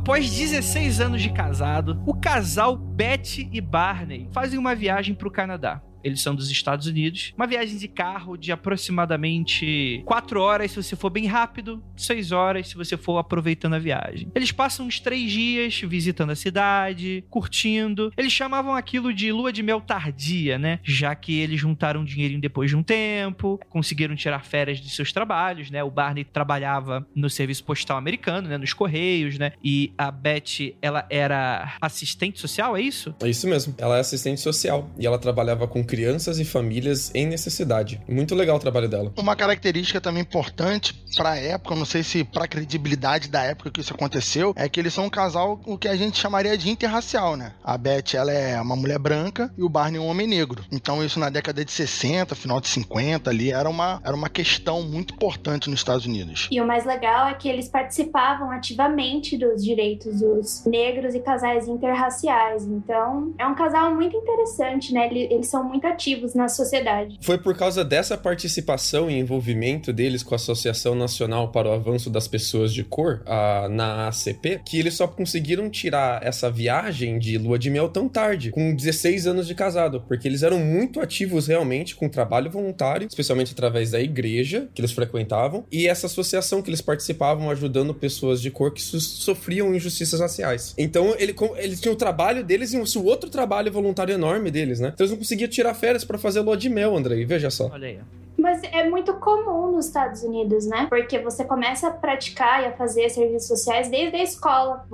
Após 16 anos de casado, o casal Betty e Barney fazem uma viagem para o Canadá. Eles são dos Estados Unidos. Uma viagem de carro de aproximadamente 4 horas, se você for bem rápido, 6 horas, se você for aproveitando a viagem. Eles passam uns 3 dias visitando a cidade, curtindo. Eles chamavam aquilo de lua de mel tardia, né? Já que eles juntaram um dinheirinho depois de um tempo, conseguiram tirar férias de seus trabalhos, né? O Barney trabalhava no serviço postal americano, né? Nos Correios, né? E a Betty, ela era assistente social, é isso? É isso mesmo. Ela é assistente social e ela trabalhava com crianças e famílias em necessidade. Muito legal o trabalho dela. Uma característica também importante pra época, não sei se pra credibilidade da época que isso aconteceu, é que eles são um casal, o que a gente chamaria de interracial, né? A Betty, ela é uma mulher branca e o Barney um homem negro. Então isso na década de 60, final de 50 ali, era uma questão muito importante nos Estados Unidos. E o mais legal é que eles participavam ativamente dos direitos dos negros e casais interraciais. Então é um casal muito interessante, né? Eles são muito ativos na sociedade. Foi por causa dessa participação e envolvimento deles com a Associação Nacional para o Avanço das Pessoas de Cor, na ACP, que eles só conseguiram tirar essa viagem de lua de mel tão tarde, com 16 anos de casado, porque eles eram muito ativos realmente com trabalho voluntário, especialmente através da igreja que eles frequentavam, e essa associação que eles participavam ajudando pessoas de cor que sofriam injustiças raciais. Então, eles tinham o trabalho deles e o outro trabalho voluntário enorme deles, né? Então, eles não conseguiam tirar férias pra fazer lua de mel, Andrei, veja só. Olha aí. Mas é muito comum nos Estados Unidos, né? Porque você começa a praticar e a fazer serviços sociais desde a escola.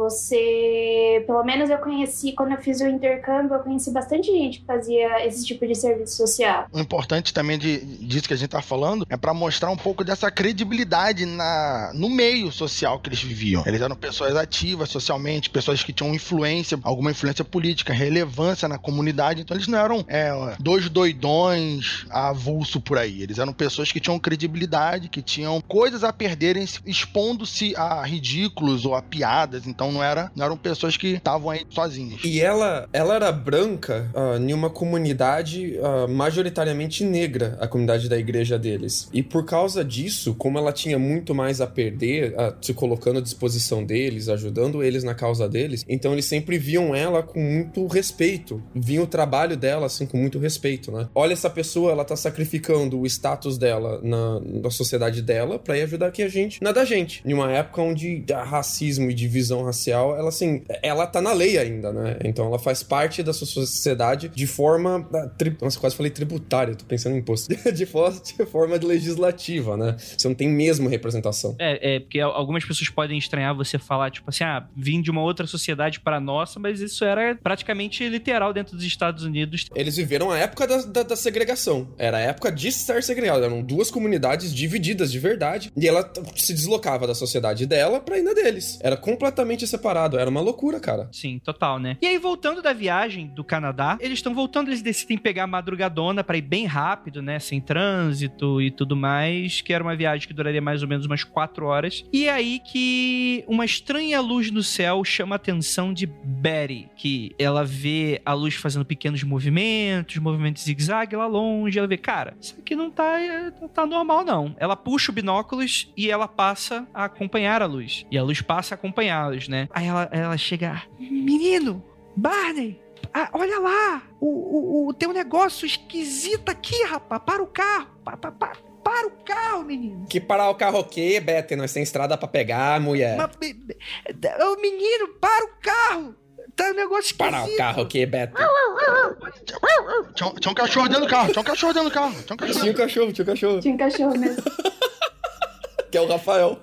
Pelo menos eu conheci, quando eu fiz o intercâmbio, eu conheci bastante gente que fazia esse tipo de serviço social. O importante também disso que a gente tá falando é pra mostrar um pouco dessa credibilidade no meio social que eles viviam. Eles eram pessoas ativas socialmente, pessoas que tinham alguma influência política, relevância na comunidade. Então eles não eram dois doidões avulso por aí. Eles eram pessoas que tinham credibilidade, que tinham coisas a perderem expondo-se a ridículos ou a piadas. Então não eram pessoas que estavam aí sozinhas. E ela era branca em uma comunidade majoritariamente negra, a comunidade da igreja deles. E por causa disso, como ela tinha muito mais a perder, se colocando à disposição deles, ajudando eles na causa deles, então eles sempre viam ela com muito respeito. Viam o trabalho dela assim com muito respeito, né? Olha, essa pessoa, ela tá sacrificando o status dela na sociedade dela pra ir ajudar aqui a gente, nada a gente. Em uma época onde racismo e divisão racial, ela tá na lei ainda, né? Então ela faz parte da sua sociedade de forma nossa, quase falei tributária, tô pensando em imposto. de forma legislativa, né? Você não tem mesmo representação. Porque algumas pessoas podem estranhar você falar, tipo assim, vim de uma outra sociedade para a nossa, mas isso era praticamente literal dentro dos Estados Unidos. Eles viveram a época da segregação. Era a época de estar segregado. Eram 2 comunidades divididas de verdade. E ela se deslocava da sociedade dela pra ir na deles. Era completamente separado. Era uma loucura, cara. Sim, total, né? E aí, voltando da viagem do Canadá, eles estão voltando, eles decidem pegar a madrugadona pra ir bem rápido, né? Sem trânsito e tudo mais, que era uma viagem que duraria mais ou menos umas 4 horas. E é aí que uma estranha luz no céu chama a atenção de Betty, que ela vê a luz fazendo pequenos movimentos zigue-zague lá longe. Ela vê, cara, isso aqui não tá normal, não. Ela puxa o binóculos e ela passa a acompanhar a luz. E a luz passa a acompanhá-los, né? Aí ela chega... Menino! Barney! Olha lá! Tem um negócio esquisito aqui, rapaz! Para o carro! Para o carro, menino! Que parar o carro o quê, Betty? Nós tem estrada pra pegar, mulher. Ô, menino, para o carro! Tá um negócio esquisito. Parar o carro o quê, Betty? Tinha um cachorro dentro do carro. Tinha um cachorro. Tinha um cachorro mesmo. Que é o Rafael.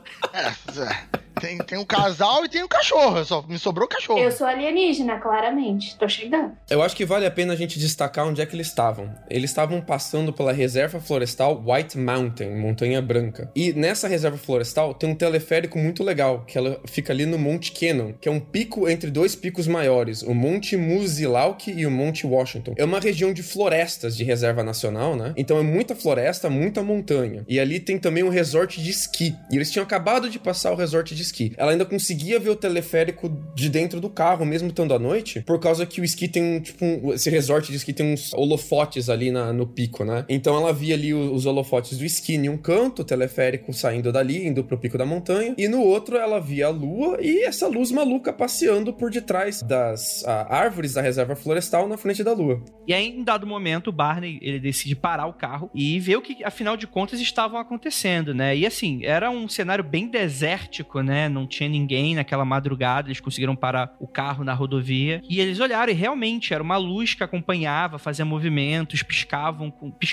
Tem um casal e tem um cachorro. Me sobrou o cachorro. Eu sou alienígena, claramente. Tô chegando. Eu acho que vale a pena a gente destacar onde é que eles estavam. Eles estavam passando pela reserva florestal White Mountain, Montanha Branca. E nessa reserva florestal tem um teleférico muito legal, que ela fica ali no Monte Cannon, que é um pico entre 2 picos maiores, o Monte Musilauk e o Monte Washington. É uma região de florestas de reserva nacional, né? Então é muita floresta, muita montanha. E ali tem também um resort de esqui. E eles tinham acabado de passar o resort de esqui. esqui. Ela ainda conseguia ver o teleférico de dentro do carro, mesmo estando à noite, por causa que o esqui tem esse resort de esqui tem uns holofotes ali no pico, né? Então ela via ali os holofotes do esqui em um canto, o teleférico saindo dali, indo pro pico da montanha, e no outro ela via a lua e essa luz maluca passeando por detrás das árvores da reserva florestal na frente da lua. E aí, em dado momento, o Barney, ele decide parar o carro e ver o que, afinal de contas, estavam acontecendo, né? E assim, era um cenário bem desértico, né? Não tinha ninguém naquela madrugada, eles conseguiram parar o carro na rodovia. E eles olharam e realmente era uma luz que acompanhava, fazia movimentos, piscavam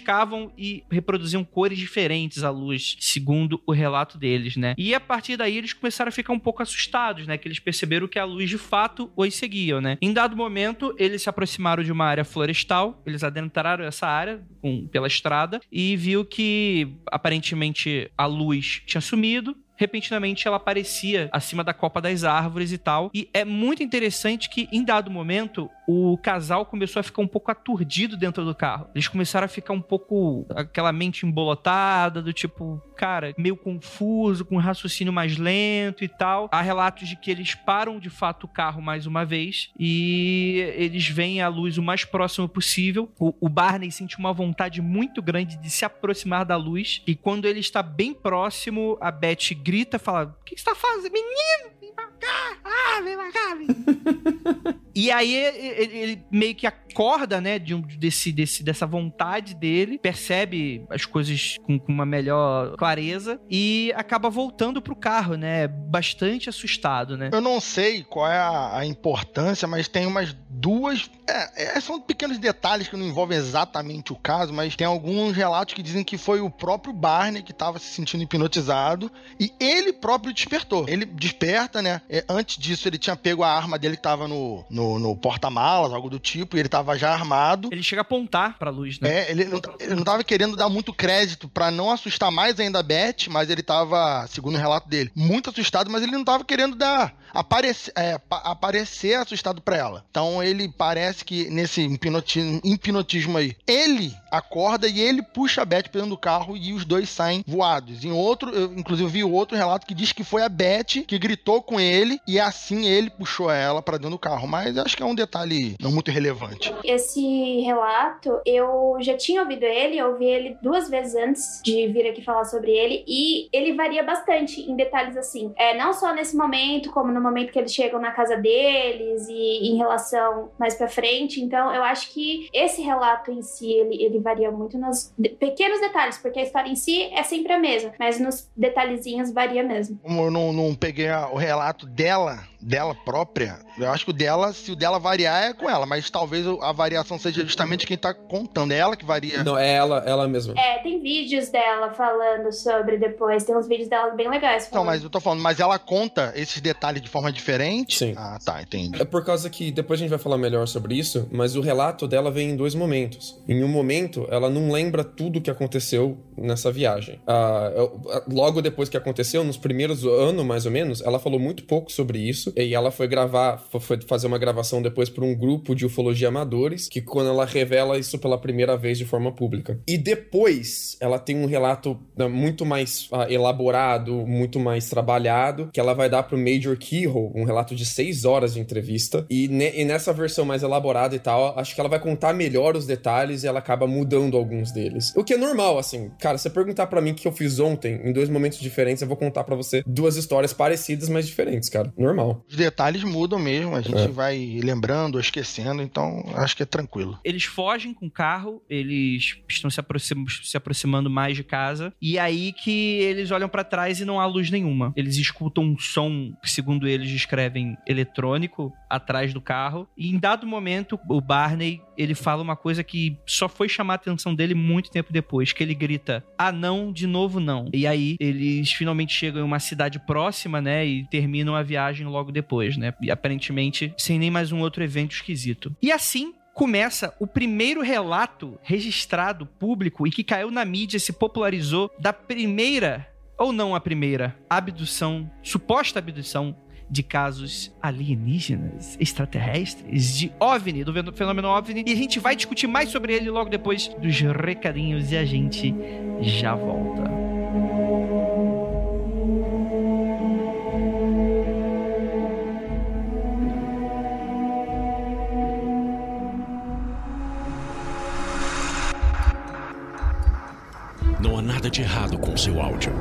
e reproduziam cores diferentes à luz, segundo o relato deles, né? E a partir daí eles começaram a ficar um pouco assustados, né? Que eles perceberam que a luz de fato os seguia, né? Em dado momento, eles se aproximaram de uma área florestal, eles adentraram essa área pela estrada e viu que aparentemente a luz tinha sumido. Repentinamente ela aparecia acima da copa das árvores e tal. E é muito interessante que, em dado momento, o casal começou a ficar um pouco aturdido dentro do carro. Eles começaram a ficar um pouco aquela mente embolotada, do tipo, cara, meio confuso, com um raciocínio mais lento e tal. Há relatos de que eles param de fato o carro mais uma vez e eles veem a luz o mais próximo possível. O Barney sente uma vontade muito grande de se aproximar da luz e quando ele está bem próximo, a Beth grita, fala, o que você tá fazendo? Menino, vem pra cá! Vem pra cá! E aí ele meio que acorda, né, dessa vontade dele, percebe as coisas com uma melhor clareza e acaba voltando pro carro, né, bastante assustado, né. Eu não sei qual é a importância, mas tem umas duas... são pequenos detalhes que não envolvem exatamente o caso, mas tem alguns relatos que dizem que foi o próprio Barney que estava se sentindo hipnotizado e ele próprio despertou. Ele desperta, né, antes disso ele tinha pego a arma dele que estava no porta-malas, algo do tipo, e ele tava já armado. Ele chega a apontar pra luz, né? Ele não tava querendo dar muito crédito pra não assustar mais ainda a Beth, mas ele tava, segundo o relato dele, muito assustado, mas ele não tava querendo aparecer assustado pra ela. Então ele parece que nesse hipnotismo aí, ele acorda e ele puxa a Beth pra dentro do carro e os dois saem voados. Eu inclusive vi outro relato que diz que foi a Beth que gritou com ele e assim ele puxou ela pra dentro do carro, mas acho que é um detalhe não muito relevante. Esse relato, eu já tinha ouvido ele, eu ouvi ele 2 vezes antes de vir aqui falar sobre ele, e ele varia bastante em detalhes assim. Não só nesse momento, como no momento que eles chegam na casa deles e em relação mais pra frente. Então, eu acho que esse relato em si, ele varia muito nos pequenos detalhes, porque a história em si é sempre a mesma, mas nos detalhezinhos varia mesmo. Como eu não peguei o relato dela própria, eu acho que se o dela variar é com ela, mas talvez a variação seja justamente quem tá contando. É ela que varia. Não, é ela mesma. Tem vídeos dela falando sobre depois, tem uns vídeos dela bem legais. Então, mas eu tô falando, mas ela conta esses detalhes de forma diferente? Sim. Ah, tá, entendi. É por causa que, depois a gente vai falar melhor sobre isso, mas o relato dela vem em 2 momentos. Em um momento, ela não lembra tudo o que aconteceu nessa viagem. Logo depois que aconteceu, nos primeiros anos, mais ou menos, ela falou muito pouco sobre isso, e ela foi fazer uma gravação depois para um grupo de ufologia amadores, que quando ela revela isso pela primeira vez de forma pública. E depois, ela tem um relato muito mais elaborado, muito mais trabalhado, que ela vai dar pro Major Keyhole, um relato de 6 horas de entrevista, e nessa versão mais elaborada e tal, acho que ela vai contar melhor os detalhes e ela acaba mudando alguns deles. O que é normal, assim. Cara, se você perguntar pra mim o que eu fiz ontem, em 2 momentos diferentes, eu vou contar pra você 2 histórias parecidas, mas diferentes, cara. Normal. Os detalhes mudam mesmo, a gente vai lembrando ou esquecendo, então acho que é tranquilo. Eles fogem com o carro, eles estão se aproximando mais de casa, e aí que eles olham pra trás e não há luz nenhuma. Eles escutam um som, segundo eles descrevem, eletrônico, atrás do carro, e em dado momento, o Barney, ele fala uma coisa que só foi chamar a atenção dele muito tempo depois, que ele grita, não, de novo não. E aí, eles finalmente chegam em uma cidade próxima, né, e terminam a viagem logo depois, né, e aparentemente sem nem mais um outro evento esquisito. E assim começa o primeiro relato registrado público e que caiu na mídia, se popularizou, da primeira, ou não a primeira, suposta abdução de casos alienígenas, extraterrestres, de OVNI, do fenômeno OVNI, e a gente vai discutir mais sobre ele logo depois dos recadinhos e a gente já volta. nada de errado com seu áudio.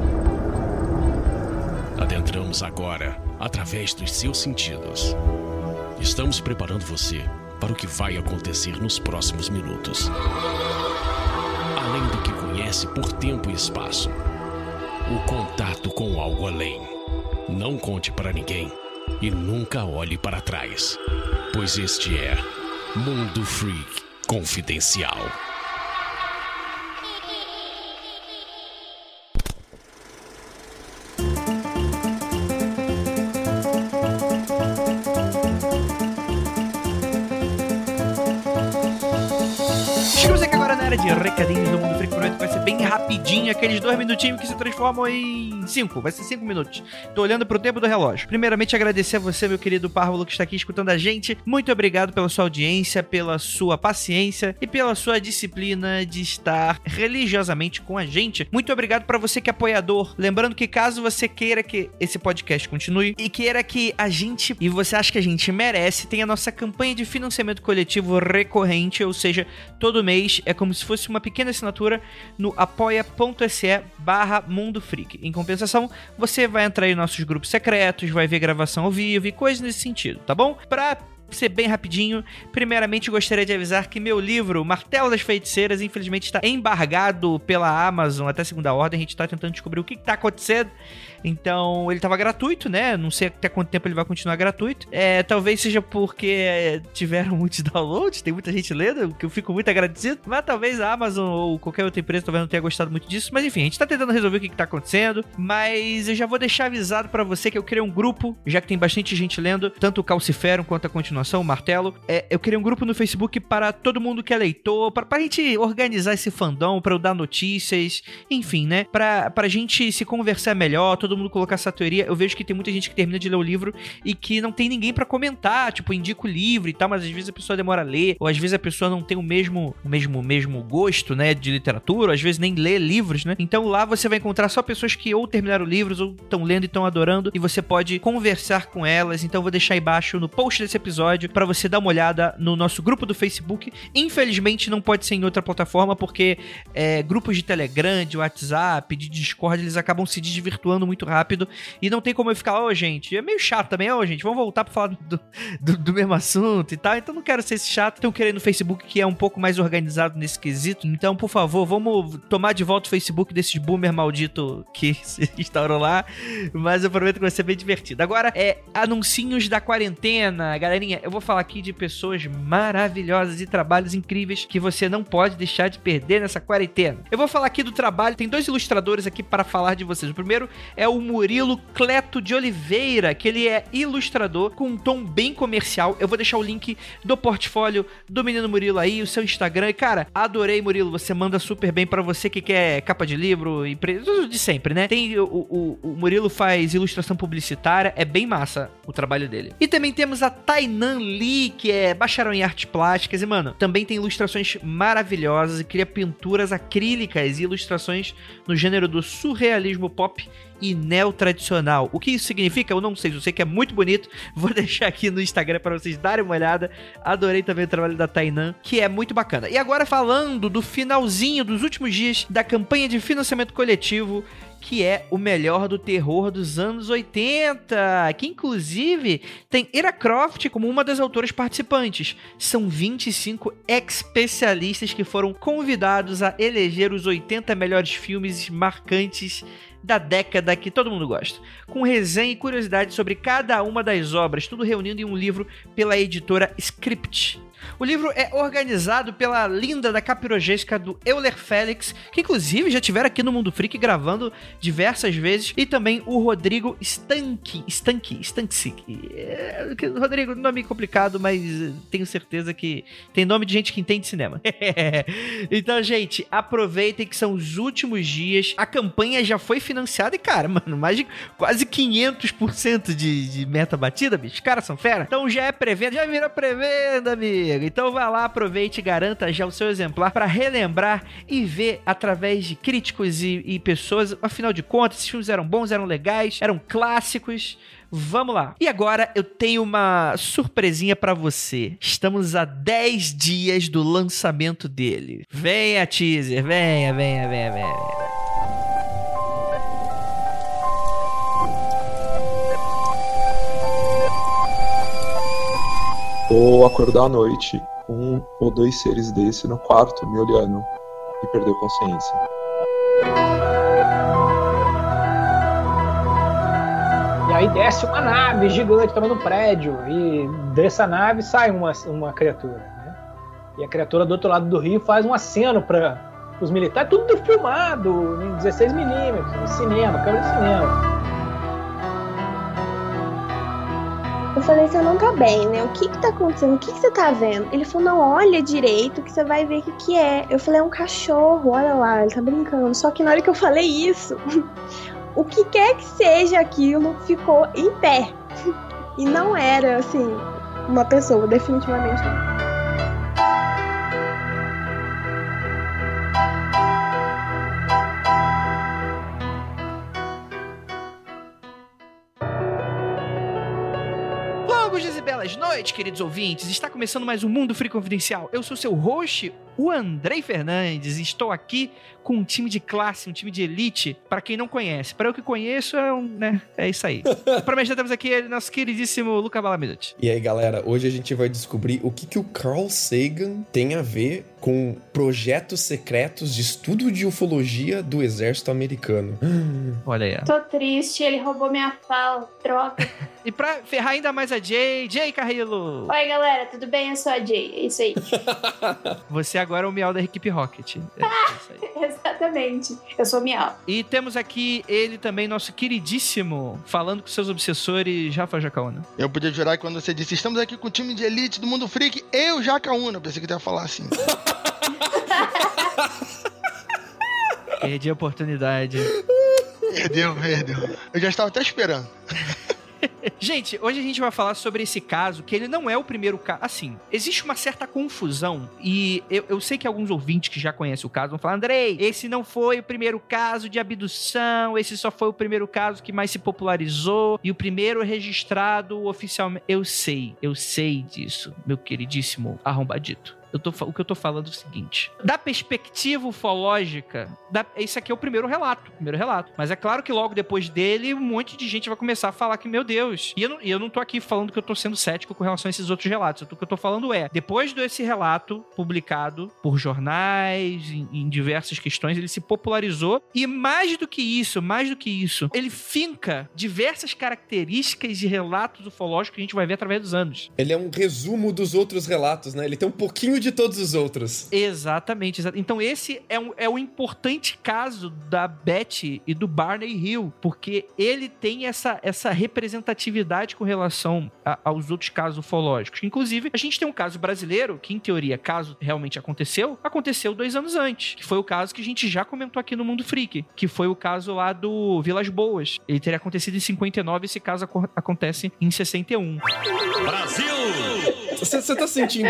Adentramos agora através dos seus sentidos. Estamos preparando você para o que vai acontecer nos próximos minutos. Além do que conhece por tempo e espaço, o contato com algo além. Não conte para ninguém e nunca olhe para trás, pois este é Mundo Freak Confidencial. De recadinhos do Mundo Freak, prometo que vai ser bem rapidinho, aqueles 2 minutinhos que se transformam em 5, vai ser 5 minutos. Tô olhando pro tempo do relógio. Primeiramente, agradecer a você, meu querido Párvulo, que está aqui escutando a gente. Muito obrigado pela sua audiência, pela sua paciência e pela sua disciplina de estar religiosamente com a gente. Muito obrigado para você que é apoiador. Lembrando que caso você queira que esse podcast continue e queira que a gente, e você acha que a gente merece, tem a nossa campanha de financiamento coletivo recorrente, ou seja, todo mês é como se fosse uma pequena assinatura no apoia.se/mundofreak. Em compensação, você vai entrar em nossos grupos secretos, vai ver gravação ao vivo e coisas nesse sentido, tá bom? Pra ser bem rapidinho, primeiramente gostaria de avisar que meu livro, Martelo das Feiticeiras, infelizmente está embargado pela Amazon até segunda ordem. A gente tá tentando descobrir o que tá acontecendo. Então, ele tava gratuito, né? Não sei até quanto tempo ele vai continuar gratuito. Talvez seja porque tiveram muitos downloads, tem muita gente lendo, que eu fico muito agradecido. Mas talvez a Amazon ou qualquer outra empresa talvez não tenha gostado muito disso. Mas enfim, a gente tá tentando resolver o que tá acontecendo. Mas eu já vou deixar avisado pra você que eu criei um grupo, já que tem bastante gente lendo, tanto o Calciferum quanto a continuação, o Martelo. Eu criei um grupo no Facebook para todo mundo que é leitor, pra gente organizar esse fandom, pra eu dar notícias, enfim, né? Pra gente se conversar melhor, todo mundo colocar essa teoria. Eu vejo que tem muita gente que termina de ler o livro e que não tem ninguém pra comentar, tipo, indica o livro e tal, mas às vezes a pessoa demora a ler, ou às vezes a pessoa não tem o mesmo gosto, né, de literatura, ou às vezes nem lê livros, né? Então lá você vai encontrar só pessoas que ou terminaram livros, ou estão lendo e estão adorando, e você pode conversar com elas. Então eu vou deixar aí embaixo no post desse episódio pra você dar uma olhada no nosso grupo do Facebook. Infelizmente não pode ser em outra plataforma, porque grupos de Telegram, de WhatsApp, de Discord, eles acabam se desvirtuando muito rápido, e não tem como eu ficar, gente, é meio chato também, gente, vamos voltar pra falar do mesmo assunto e tal, então não quero ser esse chato. Então querendo no Facebook, que é um pouco mais organizado nesse quesito, então por favor, vamos tomar de volta o Facebook desses boomer maldito que se instaurou lá, mas eu prometo que vai ser bem divertido. Agora, anuncinhos da quarentena, galerinha, eu vou falar aqui de pessoas maravilhosas e trabalhos incríveis que você não pode deixar de perder nessa quarentena. Eu vou falar aqui do trabalho, tem 2 ilustradores aqui para falar de vocês. O primeiro é o Murilo Cleto de Oliveira, que ele é ilustrador com um tom bem comercial. Eu vou deixar o link do portfólio do menino Murilo aí, o seu Instagram. E cara, adorei, Murilo, você manda super bem pra você que quer capa de livro e tudo de sempre, né? Tem o Murilo faz ilustração publicitária, é bem massa o trabalho dele. E também temos a Tainan Lee, que é bacharel em artes plásticas e, mano, também tem ilustrações maravilhosas e cria pinturas acrílicas e ilustrações no gênero do surrealismo pop e neotradicional. O que isso significa? Eu não sei, eu sei que é muito bonito. Vou deixar aqui no Instagram para vocês darem uma olhada. Adorei também o trabalho da Tainan, que é muito bacana. E agora falando do finalzinho dos últimos dias da campanha de financiamento coletivo, que é o melhor do terror dos anos 80, que inclusive tem Ira Croft como uma das autoras participantes. São 25 especialistas que foram convidados a eleger os 80 melhores filmes marcantes da década que todo mundo gosta, com resenha e curiosidade sobre cada uma das obras, tudo reunindo em um livro pela editora Script. O livro é organizado pela Linda da Capirogésica do Euler Félix, que inclusive já tiveram aqui no Mundo Freak gravando diversas vezes, e também o Rodrigo Stanczyk. Rodrigo, nome complicado, mas tenho certeza que tem nome de gente que entende cinema. Então, gente, aproveitem que são os últimos dias, a campanha já foi financiada e, cara, mano, mais de quase 500% de meta batida, bicho. Os caras são fera. Então já é pré-venda, já virou pré-venda, amigo. Então vai lá, aproveite e garanta já o seu exemplar para relembrar e ver através de críticos e pessoas. Afinal de contas, esses filmes eram bons, eram legais, eram clássicos. Vamos lá. E agora eu tenho uma surpresinha pra você. Estamos a 10 dias do lançamento dele. Venha, teaser. Venha. Ou acordar à noite com 1 ou 2 seres desse no quarto, me olhando, e perder a consciência. E aí desce uma nave gigante também no prédio, e dessa nave sai uma criatura, né? E a criatura do outro lado do rio faz um aceno para os militares, tudo filmado em 16mm, no cinema, câmera de cinema. Eu falei, você não tá bem, né? O que tá acontecendo? O que você tá vendo? Ele falou, não, olha direito que você vai ver o que é. Eu falei, é um cachorro, olha lá, ele tá brincando. Só que na hora que eu falei isso, o que quer que seja aquilo ficou em pé. E não era, assim, uma pessoa, definitivamente não. Belas noites, queridos ouvintes. Está começando mais um Mundo Free Confidencial. Eu sou seu host, o Andrei Fernandes, e estou aqui com um time de classe, um time de elite, para quem não conhece. Para eu que conheço, é isso aí. Para me ajudar, temos aqui nosso queridíssimo Luca Balamidut. E aí, galera, hoje a gente vai descobrir o que o Carl Sagan tem a ver com projetos secretos de estudo de ufologia do exército americano. Olha aí. Tô triste, ele roubou minha fala, troca. E pra ferrar ainda mais a Jay Carrillo. Oi, galera, tudo bem? Eu sou a Jay, é isso aí. Você agora é o Miau da equipe Rocket. É isso aí. Exatamente, eu sou Miau. E temos aqui ele também, nosso queridíssimo, falando com seus obsessores, Rafa Jacaúna. Eu podia jurar que quando você disse, estamos aqui com o time de elite do Mundo Freak, eu, Jacaúna, eu pensei que tu ia falar assim. Perdi a oportunidade. Perdeu. Eu já estava até esperando. Gente, hoje a gente vai falar sobre esse caso, que ele não é o primeiro caso. Assim, existe uma certa confusão, e eu sei que alguns ouvintes que já conhecem o caso vão falar, Andrei, esse não foi o primeiro caso de abdução, esse só foi o primeiro caso que mais se popularizou, e o primeiro registrado oficialmente. Eu sei disso, meu queridíssimo arrombadito. O que eu tô falando é o seguinte. Da perspectiva ufológica, esse aqui é o primeiro relato. Mas é claro que logo depois dele, um monte de gente vai começar a falar que, meu Deus. E eu não tô aqui falando que eu tô sendo cético com relação a esses outros relatos. O que eu tô falando é, depois desse relato publicado por jornais, em diversas questões, ele se popularizou. E mais do que isso, ele finca diversas características de relatos ufológicos que a gente vai ver através dos anos. Ele é um resumo dos outros relatos, né? Ele tem um pouquinho de todos os outros. Exatamente. Então esse é o importante caso da Betty e do Barney Hill, porque ele tem essa representatividade com relação aos outros casos ufológicos. Inclusive, a gente tem um caso brasileiro, que em teoria, caso realmente aconteceu 2 anos antes, que foi o caso que a gente já comentou aqui no Mundo Freak, que foi o caso lá do Vilas Boas. Ele teria acontecido em 59, esse caso acontece em 61. Brasil! Você tá sentindo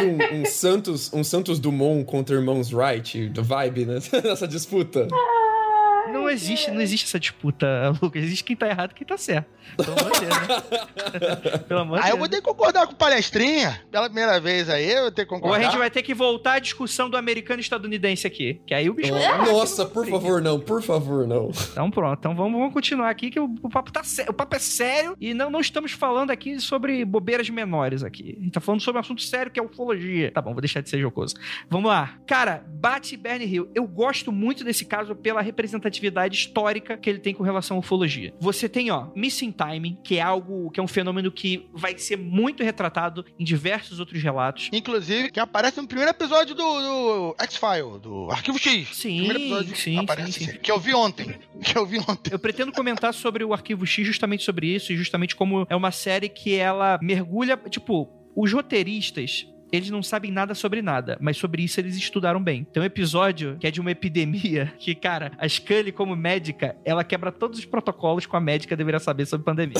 um Santos Dumont contra irmãos Wright, vibe, né? Nessa disputa? Não existe essa disputa, Lucas. Existe quem tá errado e quem tá certo. Pelo amor de Deus, né? Pelo amor de Deus. Eu vou ter que concordar com o palestrinha. Pela primeira vez aí, eu vou ter que concordar. Ou a gente vai ter que voltar à discussão do americano e estadunidense aqui. Que aí o bicho... Nossa, por favor, não. Então pronto. Então vamos continuar aqui, que o papo tá sério. O papo é sério e não estamos falando aqui sobre bobeiras menores aqui. A gente tá falando sobre um assunto sério que é ufologia. Tá bom, vou deixar de ser jocoso. Vamos lá. Cara, Betty e Barney Hill. Eu gosto muito desse caso pela representatividade histórica que ele tem com relação à ufologia. Você tem, Missing Time, que é um fenômeno que vai ser muito retratado em diversos outros relatos. Inclusive, que aparece no primeiro episódio do X-File, do Arquivo X. Sim, primeiro episódio sim. Aparece, que eu vi ontem. Eu pretendo comentar sobre o Arquivo X justamente sobre isso, e justamente como é uma série que ela mergulha, os roteiristas, eles não sabem nada sobre nada, mas sobre isso eles estudaram bem. Tem um episódio que é de uma epidemia que, cara, a Scully, como médica, ela quebra todos os protocolos que a médica deveria saber sobre pandemia.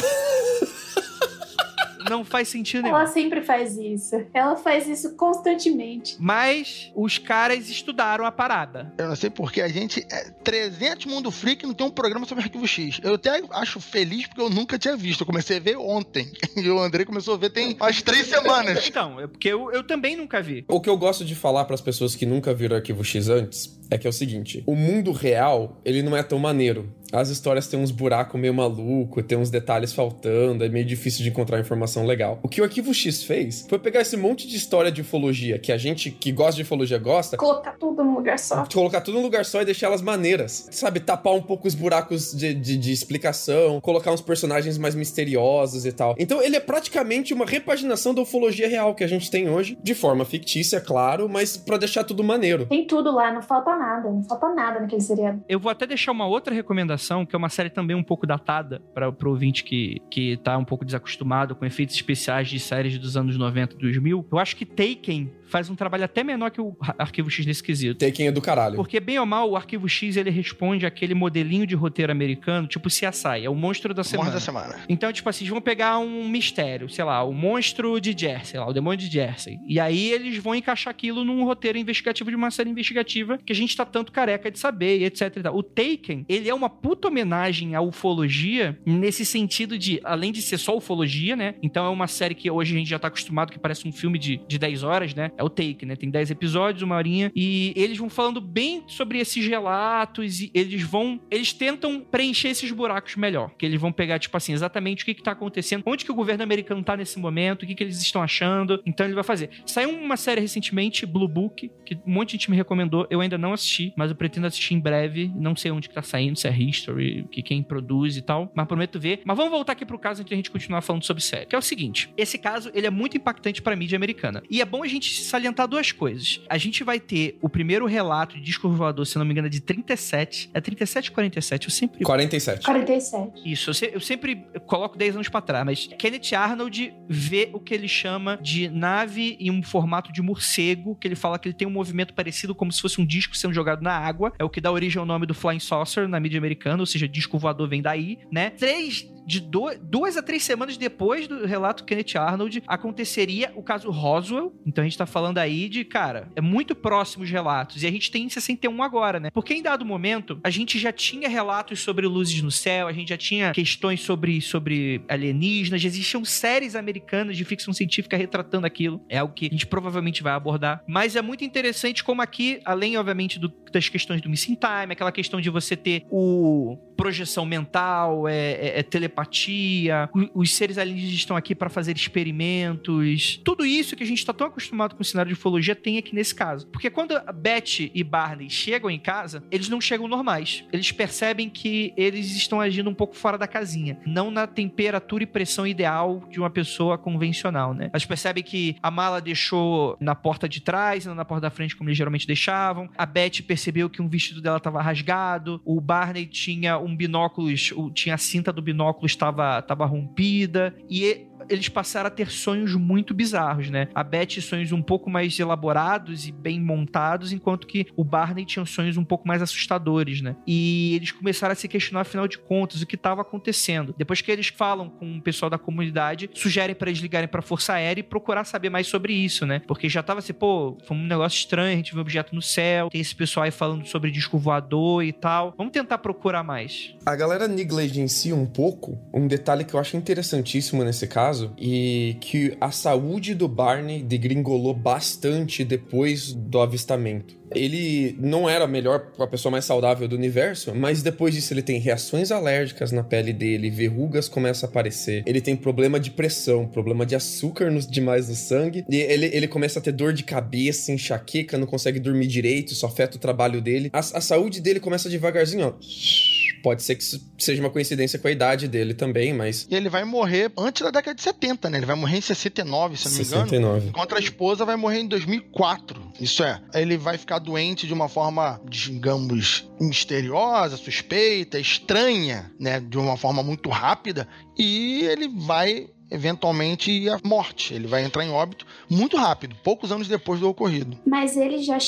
Não faz sentido nenhum. Ela sempre faz isso. Ela faz isso constantemente. Mas os caras estudaram a parada. Eu não sei porque a gente... 300 Mundo Freak não tem um programa sobre Arquivo X. Eu até acho feliz porque eu nunca tinha visto. Eu comecei a ver ontem. E o Andrei começou a ver tem umas 3 semanas. Então, é porque eu também nunca vi. O que eu gosto de falar para as pessoas que nunca viram Arquivo X antes é que é o seguinte, o mundo real, ele não é tão maneiro. As histórias têm uns buracos meio maluco, tem uns detalhes faltando, é meio difícil de encontrar informação legal. O que o Arquivo X fez foi pegar esse monte de história de ufologia que a gente que gosta de ufologia gosta, Colocar tudo num lugar só. Colocar tudo num lugar só e deixar elas maneiras. Sabe, tapar um pouco os buracos de explicação, colocar uns personagens mais misteriosos e tal. Então ele é praticamente uma repaginação da ufologia real que a gente tem hoje, de forma fictícia, claro, mas pra deixar tudo maneiro. Tem tudo lá, não falta nada naquele seriado. Eu vou até deixar uma outra recomendação, que é uma série também um pouco datada pro ouvinte que tá um pouco desacostumado com efeitos especiais de séries dos anos 90 e 2000. Eu acho que Taken faz um trabalho até menor que o Arquivo X nesse quesito. Taken é do caralho. Porque, bem ou mal, o Arquivo X, ele responde àquele modelinho de roteiro americano, tipo CSI, é o monstro da semana. Monstro da semana. Então, tipo assim, eles vão pegar um mistério, sei lá, o monstro de Jersey, lá, o demônio de Jersey. E aí eles vão encaixar aquilo num roteiro investigativo de uma série investigativa que a gente tá tanto careca de saber, e etc e tal. O Taken, ele é uma puta homenagem à ufologia, nesse sentido de, além de ser só ufologia, né? Então é uma série que hoje a gente já tá acostumado, que parece um filme de 10 horas, né? É o Take, né? Tem 10 episódios, uma horinha, e eles vão falando bem sobre esses relatos, e eles tentam preencher esses buracos melhor, que eles vão pegar, tipo assim, exatamente o que tá acontecendo, onde que o governo americano tá nesse momento, o que eles estão achando, então ele vai fazer. Saiu uma série recentemente, Blue Book, que um monte de gente me recomendou, eu ainda não assisti, mas eu pretendo assistir em breve, não sei onde que tá saindo, se é History, que quem produz e tal, mas prometo ver. Mas vamos voltar aqui pro caso antes de a gente continuar falando sobre série, que é o seguinte, esse caso, ele é muito impactante pra mídia americana, e é bom a gente salientar duas coisas. A gente vai ter o primeiro relato de disco voador, se não me engano, de 37. É 37 ou 47? Eu sempre... 47. 47. Isso, eu sempre coloco 10 anos pra trás, mas Kenneth Arnold vê o que ele chama de nave em um formato de morcego, que ele fala que ele tem um movimento parecido como se fosse um disco sendo jogado na água, é o que dá origem ao nome do Flying Saucer na mídia americana, ou seja, disco voador vem daí, né? 2 a 3 semanas depois do relato Kenneth Arnold, aconteceria o caso Roswell. Então a gente tá falando aí de, cara, é muito próximo os relatos. E a gente tem em 61 agora, né? Porque em dado momento, a gente já tinha relatos sobre luzes no céu, a gente já tinha questões sobre alienígenas, já existiam séries americanas de ficção científica retratando aquilo. É algo que a gente provavelmente vai abordar. Mas é muito interessante como aqui, além, obviamente, das questões do missing time, aquela questão de você ter projeção mental, telepatia, os seres alienígenas estão aqui para fazer experimentos. Tudo isso que a gente tá tão acostumado com o cenário de ufologia tem aqui nesse caso. Porque quando Beth e Barney chegam em casa, eles não chegam normais. Eles percebem que eles estão agindo um pouco fora da casinha. Não na temperatura e pressão ideal de uma pessoa convencional, né? Eles percebem que a mala deixou na porta de trás, não na porta da frente como eles geralmente deixavam. A Beth percebeu que um vestido dela estava rasgado. O Barney tinha tinha a cinta do binóculo estava rompida. E eles passaram a ter sonhos muito bizarros, né? A Beth sonhos um pouco mais elaborados e bem montados, enquanto que o Barney tinha sonhos um pouco mais assustadores, né? E eles começaram a se questionar, afinal de contas, o que estava acontecendo. Depois que eles falam com o pessoal da comunidade, sugerem para eles ligarem para a Força Aérea e procurar saber mais sobre isso, né? Porque já tava assim, pô, foi um negócio estranho, a gente viu um objeto no céu, tem esse pessoal aí falando sobre disco voador e tal. Vamos tentar procurar mais. A galera negligencia um pouco um detalhe que eu acho interessantíssimo nesse caso, e que a saúde do Barney degringolou bastante depois do avistamento. Ele não era a pessoa mais saudável do universo, mas depois disso ele tem reações alérgicas na pele dele, verrugas começam a aparecer, ele tem problema de pressão, problema de açúcar demais no sangue, e ele começa a ter dor de cabeça, enxaqueca, não consegue dormir direito, isso afeta o trabalho dele. A saúde dele começa devagarzinho, ó. Pode ser que seja uma coincidência com a idade dele também, mas... E ele vai morrer antes da década de 70, né? Ele vai morrer em 69, se não me engano. 69. Enquanto a esposa vai morrer em 2004. Isso é, ele vai ficar doente de uma forma, digamos, misteriosa, suspeita, estranha, né? De uma forma muito rápida. E ele vai... eventualmente a morte. Ele vai entrar em óbito muito rápido, poucos anos depois do ocorrido. Mas eles já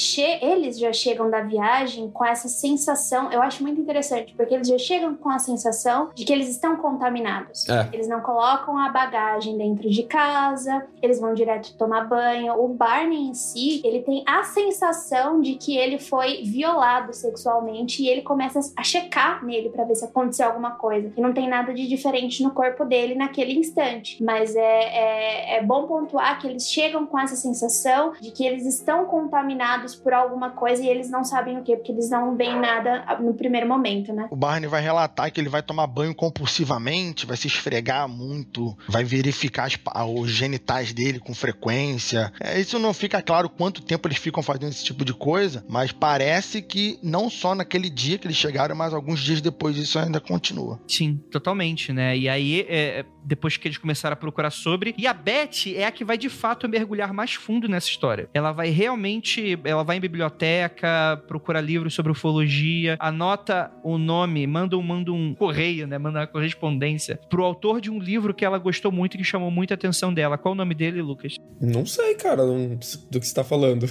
chegam da viagem com essa sensação, eu acho muito interessante, porque eles já chegam com a sensação de que eles estão contaminados. Eles não colocam a bagagem dentro de casa, eles vão direto tomar banho. O Barney em si, ele tem a sensação de que ele foi violado sexualmente e ele começa a checar nele pra ver se aconteceu alguma coisa. E não tem nada de diferente no corpo dele naquele instante. Beth, mas é bom pontuar que eles chegam com essa sensação de que eles estão contaminados por alguma coisa e eles não sabem o que, porque eles não veem nada no primeiro momento, né? O Barney vai relatar que ele vai tomar banho compulsivamente, vai se esfregar muito, vai verificar os genitais dele com frequência. Isso não fica claro quanto tempo eles ficam fazendo esse tipo de coisa, mas parece que não só naquele dia que eles chegaram, mas alguns dias depois isso ainda continua. Sim, totalmente, né? E aí, depois que eles começaram a procurar sobre... E a Beth é a que vai, de fato, mergulhar mais fundo nessa história. Ela vai realmente... Ela vai em biblioteca, procura livros sobre ufologia, anota o nome, manda um correio, né? Manda uma correspondência pro autor de um livro que ela gostou muito e que chamou muita atenção dela. Qual o nome dele, Lucas? Não sei, cara, do que você tá falando.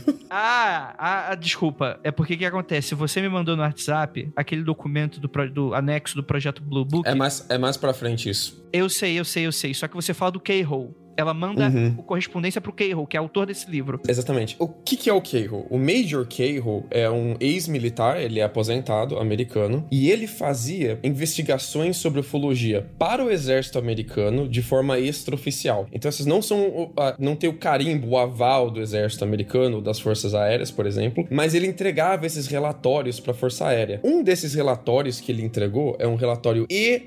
Desculpa. É porque o que acontece? Você me mandou no WhatsApp aquele documento do anexo do projeto Blue Book. É mais pra frente isso. Eu sei. Só que você fala do K-Hole. Ela manda correspondência pro K-Hole, que é autor desse livro. Exatamente. O que é o K-Hole? O Major K-Hole é um ex-militar, ele é aposentado, americano, e ele fazia investigações sobre ufologia para o exército americano de forma extraoficial. Então essas não tem o carimbo, o aval do exército americano, das forças aéreas, por exemplo, mas ele entregava esses relatórios para a força aérea. Um desses relatórios que ele entregou é um relatório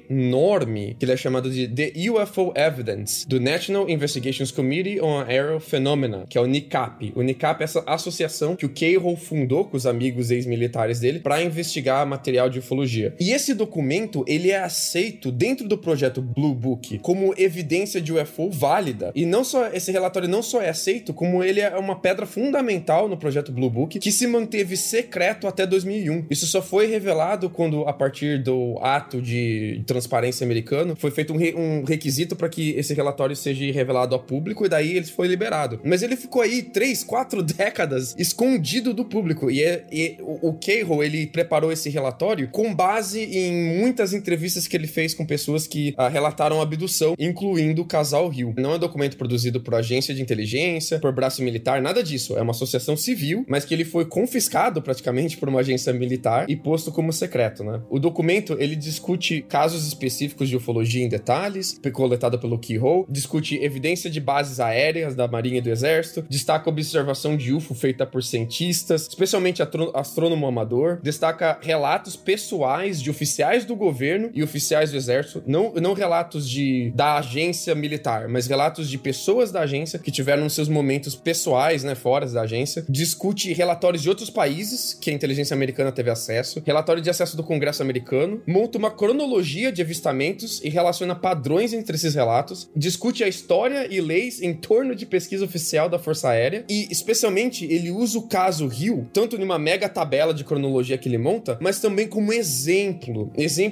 enorme, que ele é chamado de The UFO Evidence, do National Investigations Committee on Aerial Phenomena, que é o NICAP. O NICAP é essa associação que o K-Hole fundou com os amigos ex-militares dele para investigar material de ufologia. E esse documento, ele é aceito dentro do projeto Blue Book como evidência de UFO válida. E não só esse relatório não só é aceito, como ele é uma pedra fundamental no projeto Blue Book, que se manteve secreto até 2001. Isso só foi revelado quando, a partir do ato de transparência americano, foi feito um requisito para que esse relatório seja revelado ao público, e daí ele foi liberado. Mas ele ficou aí 3, 4 décadas escondido do público, e o K-Hole, ele preparou esse relatório com base em muitas entrevistas que ele fez com pessoas que relataram abdução, incluindo o casal Hill. Não é um documento produzido por agência de inteligência, por braço militar, nada disso. É uma associação civil, mas que ele foi confiscado praticamente por uma agência militar e posto como secreto, né? O documento, ele discute casos específicos de ufologia em detalhes, coletado pelo K-Hole, discute evidência de bases aéreas da Marinha e do Exército, destaca observação de UFO feita por cientistas, especialmente astrônomo amador, destaca relatos pessoais de oficiais do governo e oficiais do Exército, não relatos da agência militar, mas relatos de pessoas da agência que tiveram seus momentos pessoais, né, fora da agência, discute relatórios de outros países que a inteligência americana teve acesso, relatório de acesso do Congresso americano, monta uma cronologia de avistamentos e relaciona padrões entre esses relatos, discute a história e leis em torno de pesquisa oficial da Força Aérea e, especialmente, ele usa o caso Hill, tanto numa mega tabela de cronologia que ele monta, mas também como exemplo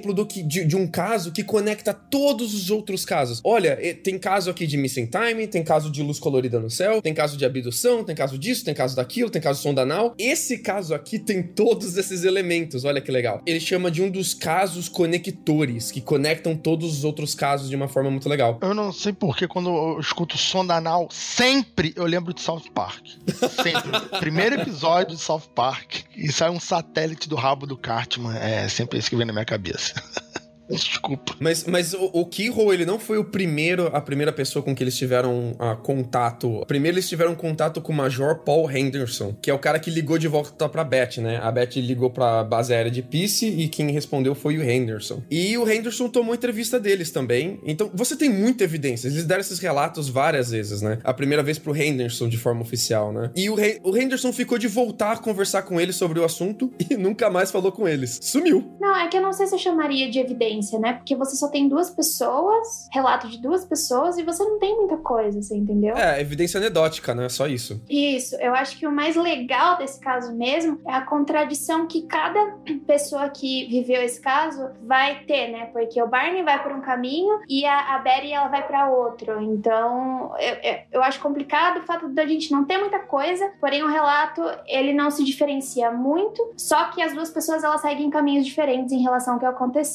de um caso que conecta todos os outros casos. Olha, tem caso aqui de missing time, tem caso de luz colorida no céu, tem caso de abdução, tem caso disso, tem caso daquilo, tem caso sonda anal. Esse caso aqui tem todos esses elementos, olha que legal. Ele chama de um dos casos conectores, que conectam todos os outros casos de uma forma muito legal. Eu não sei porque quando eu escuto sonda anal, sempre eu lembro de South Park. Sempre. Primeiro episódio de South Park e sai um satélite do rabo do Cartman. É sempre isso que vem na minha cabeça. Desculpa. Mas o K-Hole, ele não foi a primeira pessoa com que eles tiveram contato. Primeiro eles tiveram contato com o Major Paul Henderson, que é o cara que ligou de volta pra Beth, né? A Beth ligou pra base aérea de Peace e quem respondeu foi o Henderson. E o Henderson tomou entrevista deles também. Então, você tem muita evidência. Eles deram esses relatos várias vezes, né? A primeira vez pro Henderson de forma oficial, né? E o Henderson ficou de voltar a conversar com eles sobre o assunto e nunca mais falou com eles. Sumiu. Não, é que eu não sei se eu chamaria de evidência, né? Porque você só tem 2 pessoas, relato de 2 pessoas, e você não tem muita coisa, você entendeu? É, evidência anedótica, né? Só isso. Isso. Eu acho que o mais legal desse caso mesmo é a contradição que cada pessoa que viveu esse caso vai ter, né? Porque o Barney vai por um caminho e a Betty, ela vai para outro. Então, eu acho complicado o fato da gente não ter muita coisa, porém o relato, ele não se diferencia muito, só que as 2 pessoas, elas seguem caminhos diferentes em relação ao que aconteceu. E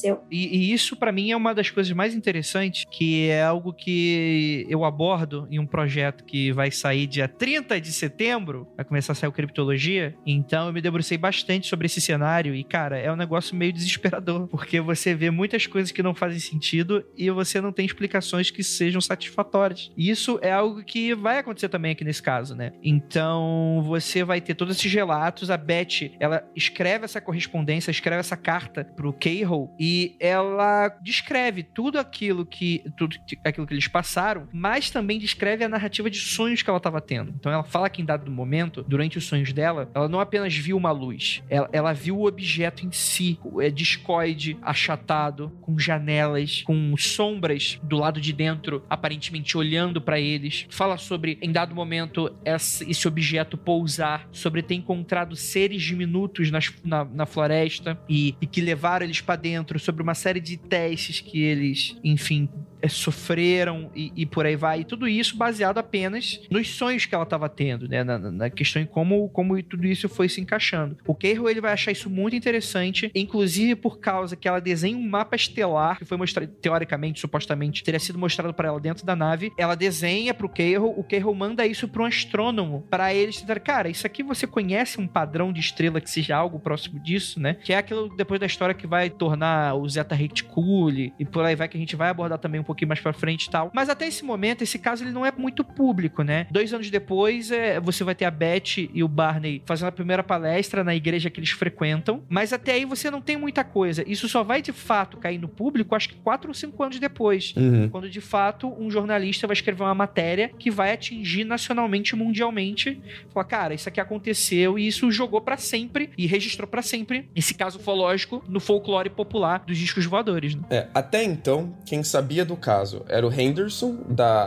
E isso, pra mim, é uma das coisas mais interessantes, que é algo que eu abordo em um projeto que vai sair dia 30 de setembro, vai começar a sair o Criptologia. Então eu me debrucei bastante sobre esse cenário e, cara, é um negócio meio desesperador, porque você vê muitas coisas que não fazem sentido e você não tem explicações que sejam satisfatórias. E isso é algo que vai acontecer também aqui nesse caso, né? Então você vai ter todos esses relatos, a Beth, ela escreve essa correspondência, escreve essa carta pro Cahal e ela descreve tudo aquilo que eles passaram, mas também descreve a narrativa de sonhos que ela estava tendo. Então ela fala que em dado momento, durante os sonhos dela, ela não apenas viu uma luz, ela viu o objeto em si, discoide, achatado, com janelas, com sombras do lado de dentro, aparentemente olhando para eles. Fala sobre, em dado momento, esse objeto pousar, sobre ter encontrado seres diminutos na floresta e que levaram eles para dentro, sobre uma série de testes que eles, enfim, sofreram e por aí vai. E tudo isso baseado apenas nos sonhos que ela estava tendo, né? Na questão em como tudo isso foi se encaixando. O Cahal, ele vai achar isso muito interessante, inclusive por causa que ela desenha um mapa estelar que foi mostrado, teoricamente, supostamente, teria sido mostrado para ela dentro da nave. Ela desenha pro Cahal, o Cahal manda isso para um astrônomo, para eles tentarem, cara, isso aqui você conhece um padrão de estrela que seja algo próximo disso, né? Que é aquilo depois da história que vai tornar o Zeta Reticuli e por aí vai, que a gente vai abordar também um pouquinho mais pra frente e tal. Mas até esse momento, esse caso ele não é muito público, né? 2 anos depois, você vai ter a Beth e o Barney fazendo a primeira palestra na igreja que eles frequentam, mas até aí você não tem muita coisa. Isso só vai de fato cair no público, acho que 4 ou 5 anos depois, quando de fato um jornalista vai escrever uma matéria que vai atingir nacionalmente e mundialmente. Falar, cara, isso aqui aconteceu e isso jogou pra sempre e registrou pra sempre esse caso ufológico no folclore popular dos discos voadores, né? Até então, quem sabia do caso era o Henderson,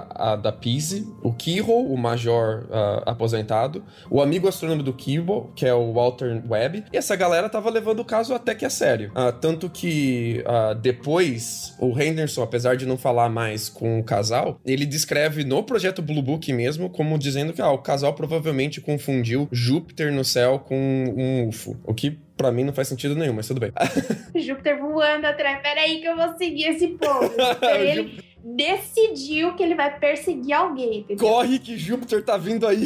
da Peasy, o Cahal, o major aposentado, o amigo astrônomo do Cahal, que é o Walter Webb, e essa galera tava levando o caso até que a sério. Tanto que depois, o Henderson, apesar de não falar mais com o casal, ele descreve no projeto Blue Book mesmo, como dizendo que o casal provavelmente confundiu Júpiter no céu com um UFO, o que pra mim não faz sentido nenhum, mas tudo bem. Júpiter voando atrás. Peraí que eu vou seguir esse povo. Ele decidiu que ele vai perseguir alguém, entendeu? Corre que Júpiter tá vindo aí.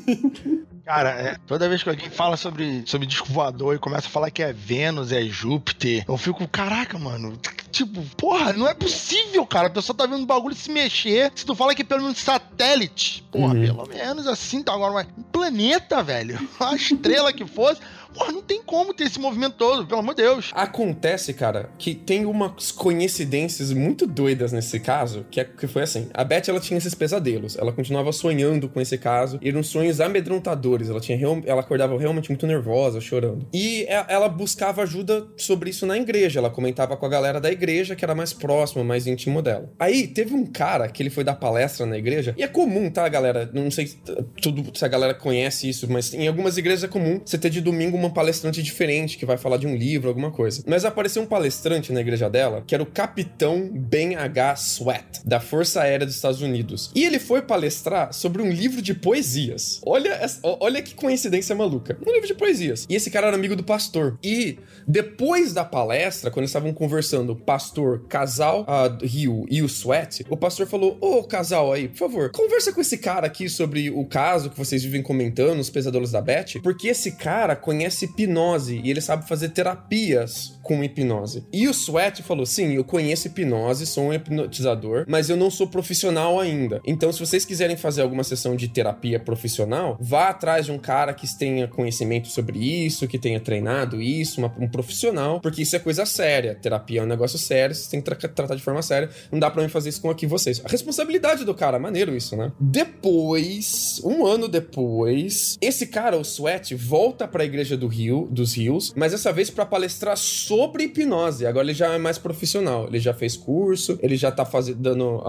Cara, toda vez que alguém fala sobre disco voador e começa a falar que é Vênus, é Júpiter, eu fico, caraca, mano, tipo, porra, não é possível, cara, a pessoa tá vendo o bagulho se mexer, se tu fala que é pelo menos satélite, porra, pelo menos assim, tá agora, mas um planeta, velho, uma estrela que fosse, porra, não tem como ter esse movimento todo, pelo amor de Deus. Acontece, cara, que tem umas coincidências muito doidas nesse caso, que foi assim, a Beth, ela tinha esses pesadelos, ela continuava sonhando com esse caso, e eram sonhos amedrontadores, ela acordava realmente muito nervosa, chorando. E ela buscava ajuda sobre isso na igreja, ela comentava com a galera da igreja, que era mais próxima, mais íntimo dela. Aí, teve um cara que ele foi dar palestra na igreja, e é comum, tá, galera? Não sei se a galera conhece isso, mas em algumas igrejas é comum você ter de domingo uma palestrante diferente, que vai falar de um livro, alguma coisa. Mas apareceu um palestrante na igreja dela, que era o Capitão Ben H. Sweat, da Força Aérea dos Estados Unidos. E ele foi palestrar sobre um livro de poesias. Olha que coincidência maluca. Um livro de poesias. E esse cara era amigo do pastor. E depois da palestra, quando eles estavam conversando, o pastor, casal, Rio e o Sweat, o pastor falou, ô, casal aí, por favor, conversa com esse cara aqui sobre o caso que vocês vivem comentando, os pesadelos da Beth, porque esse cara conhece hipnose e ele sabe fazer terapias com hipnose. E o Sweat falou, sim, eu conheço hipnose, sou um hipnotizador, mas eu não sou profissional ainda. Então, se vocês quiserem fazer alguma sessão de terapia profissional, vá atrás de um cara que tenha conhecimento sobre isso, que tenha treinado isso, um profissional, porque isso é coisa séria. Terapia é um negócio sério, vocês têm que tratar de forma séria. Não dá pra mim fazer isso com aqui vocês. A responsabilidade do cara, maneiro isso, né? Depois, um ano depois, esse cara, o Sweat, volta pra igreja dos Rios, mas dessa vez pra palestrar sobre hipnose. Agora ele já é mais profissional. Ele já fez curso, ele já tá dando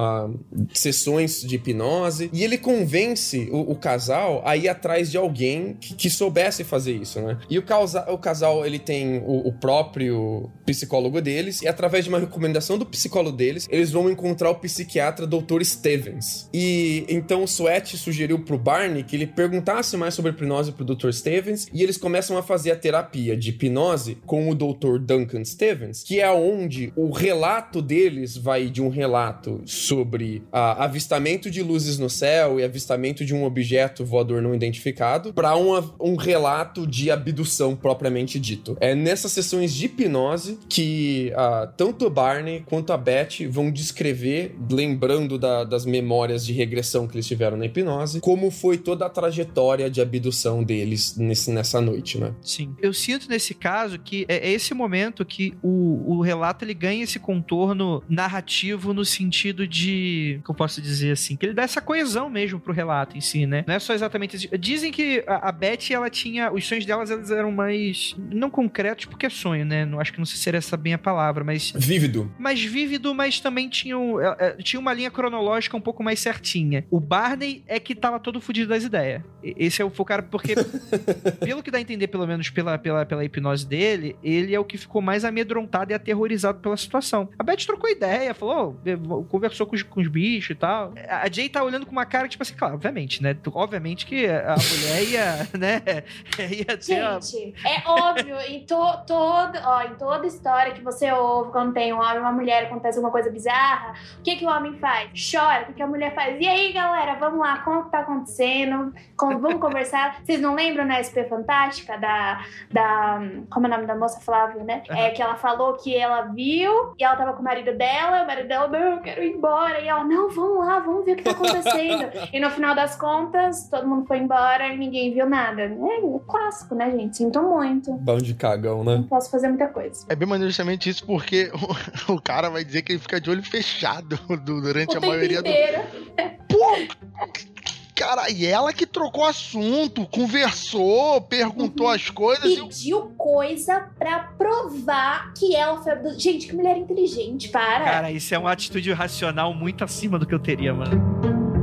sessões de hipnose, e ele convence o casal a ir atrás de alguém que soubesse fazer isso, né? E o casal, ele tem o próprio psicólogo deles, e através de uma recomendação do psicólogo deles, eles vão encontrar o psiquiatra Dr. Stevens. E então o Sweat sugeriu pro Barney que ele perguntasse mais sobre hipnose pro Dr. Stevens, e eles começam começam a fazer a terapia de hipnose com o Dr. Duncan Stevens, que é onde o relato deles vai de um relato sobre avistamento de luzes no céu e avistamento de um objeto voador não identificado para um relato de abdução propriamente dito. É nessas sessões de hipnose que tanto o Barney quanto a Beth vão descrever, lembrando das memórias de regressão que eles tiveram na hipnose, como foi toda a trajetória de abdução deles nessa noite, né? Sim. Eu sinto nesse caso que é esse momento que o relato ele ganha esse contorno narrativo no sentido de, que eu posso dizer assim, que ele dá essa coesão mesmo pro relato em si, né? Não é só exatamente... Dizem que a Beth, ela tinha... Os sonhos delas, eles eram mais... Não concretos, porque é sonho, né? Não, acho que não sei se seria essa bem a palavra, mas... Vívido. Mais vívido, mas também tinha uma linha cronológica um pouco mais certinha. O Barney é que tava todo fudido das ideias. Esse é o cara, porque pelo que dá a entender, pelo menos pela hipnose dele, ele é o que ficou mais amedrontado e aterrorizado pela situação. A Beth trocou ideia, falou, conversou com os bichos e tal. A Jay tá olhando com uma cara, tipo assim, claro, obviamente, né? Obviamente que a mulher ia, né? Ia ter Gente, é óbvio, em toda história que você ouve, quando tem um homem e uma mulher, acontece alguma coisa bizarra, o que o homem faz? Chora, o que a mulher faz? E aí, galera, vamos lá, como que tá acontecendo? Vamos conversar. Vocês não lembram na SP Fantástica como é o nome da moça, Flávia, né? É que ela falou que ela viu e ela tava com o marido dela, não, eu quero ir embora. E ela, não, vamos lá, vamos ver o que tá acontecendo. E no final das contas, todo mundo foi embora e ninguém viu nada. É clássico, né, gente? Sinto muito. Bom de cagão, né? Não posso fazer muita coisa. É bem maneiro justamente isso, porque o cara vai dizer que ele fica de olho fechado durante a maioria inteiro. Pô! Cara, e ela que trocou assunto, conversou, perguntou as coisas. Pediu coisa pra provar que ela foi abduzida. Gente, que mulher inteligente, para. Cara, isso é uma atitude racional muito acima do que eu teria, mano.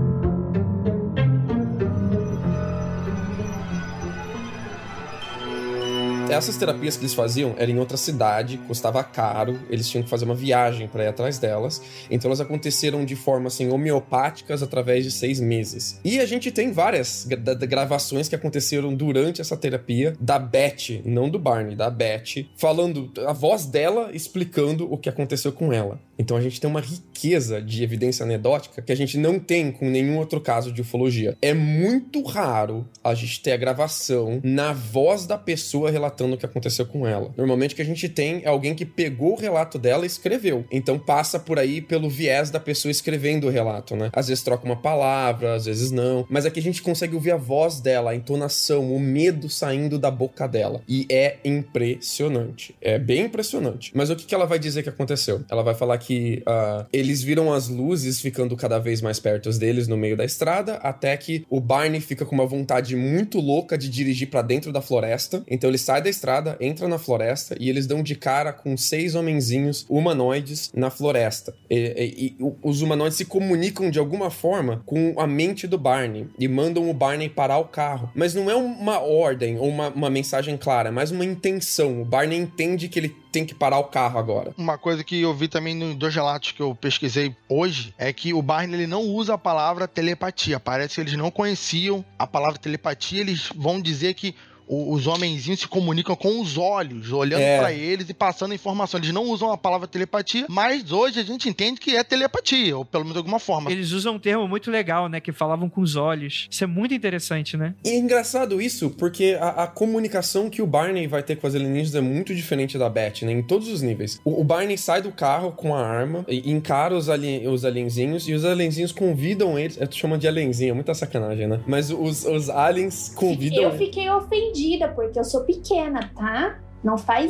Essas terapias que eles faziam eram em outra cidade, custava caro, eles tinham que fazer uma viagem para ir atrás delas, então elas aconteceram de forma assim, homeopáticas através de 6 meses. E a gente tem várias gravações que aconteceram durante essa terapia da Beth, não do Barney, da Beth, falando, a voz dela explicando o que aconteceu com ela. Então a gente tem uma riqueza de evidência anedótica que a gente não tem com nenhum outro caso de ufologia. É muito raro a gente ter a gravação na voz da pessoa relatando o que aconteceu com ela. Normalmente o que a gente tem é alguém que pegou o relato dela e escreveu. Então passa por aí pelo viés da pessoa escrevendo o relato, né? Às vezes troca uma palavra, às vezes não. Mas aqui a gente consegue ouvir a voz dela, a entonação, o medo saindo da boca dela. E é impressionante. É bem impressionante. Mas o que ela vai dizer que aconteceu? Ela vai falar que eles viram as luzes ficando cada vez mais perto deles no meio da estrada, até que o Barney fica com uma vontade muito louca de dirigir pra dentro da floresta. Então ele sai da estrada, entra na floresta e eles dão de cara com 6 homenzinhos humanoides na floresta. E os humanoides se comunicam de alguma forma com a mente do Barney e mandam o Barney parar o carro. Mas não é uma ordem ou uma mensagem clara, é mais uma intenção. O Barney entende que ele tem que parar o carro agora. Uma coisa que eu vi também nos 2 relatos que eu pesquisei hoje é que o Barney ele não usa a palavra telepatia. Parece que eles não conheciam a palavra telepatia. Eles vão dizer que os homenzinhos se comunicam com os olhos, olhando pra eles e passando informação. Eles não usam a palavra telepatia, mas hoje a gente entende que é telepatia, ou pelo menos de alguma forma. Eles usam um termo muito legal, né? Que falavam com os olhos. Isso é muito interessante, né? E é engraçado isso, porque a comunicação que o Barney vai ter com as alienígenas é muito diferente da Beth, né? Em todos os níveis. O Barney sai do carro com a arma, e encara os alienzinhos, e os alienzinhos convidam eles... Eu tô chamando de alienzinho, é muita sacanagem, né? Mas os aliens convidam... Eu fiquei ofendida. Porque eu sou pequena, tá? Não faz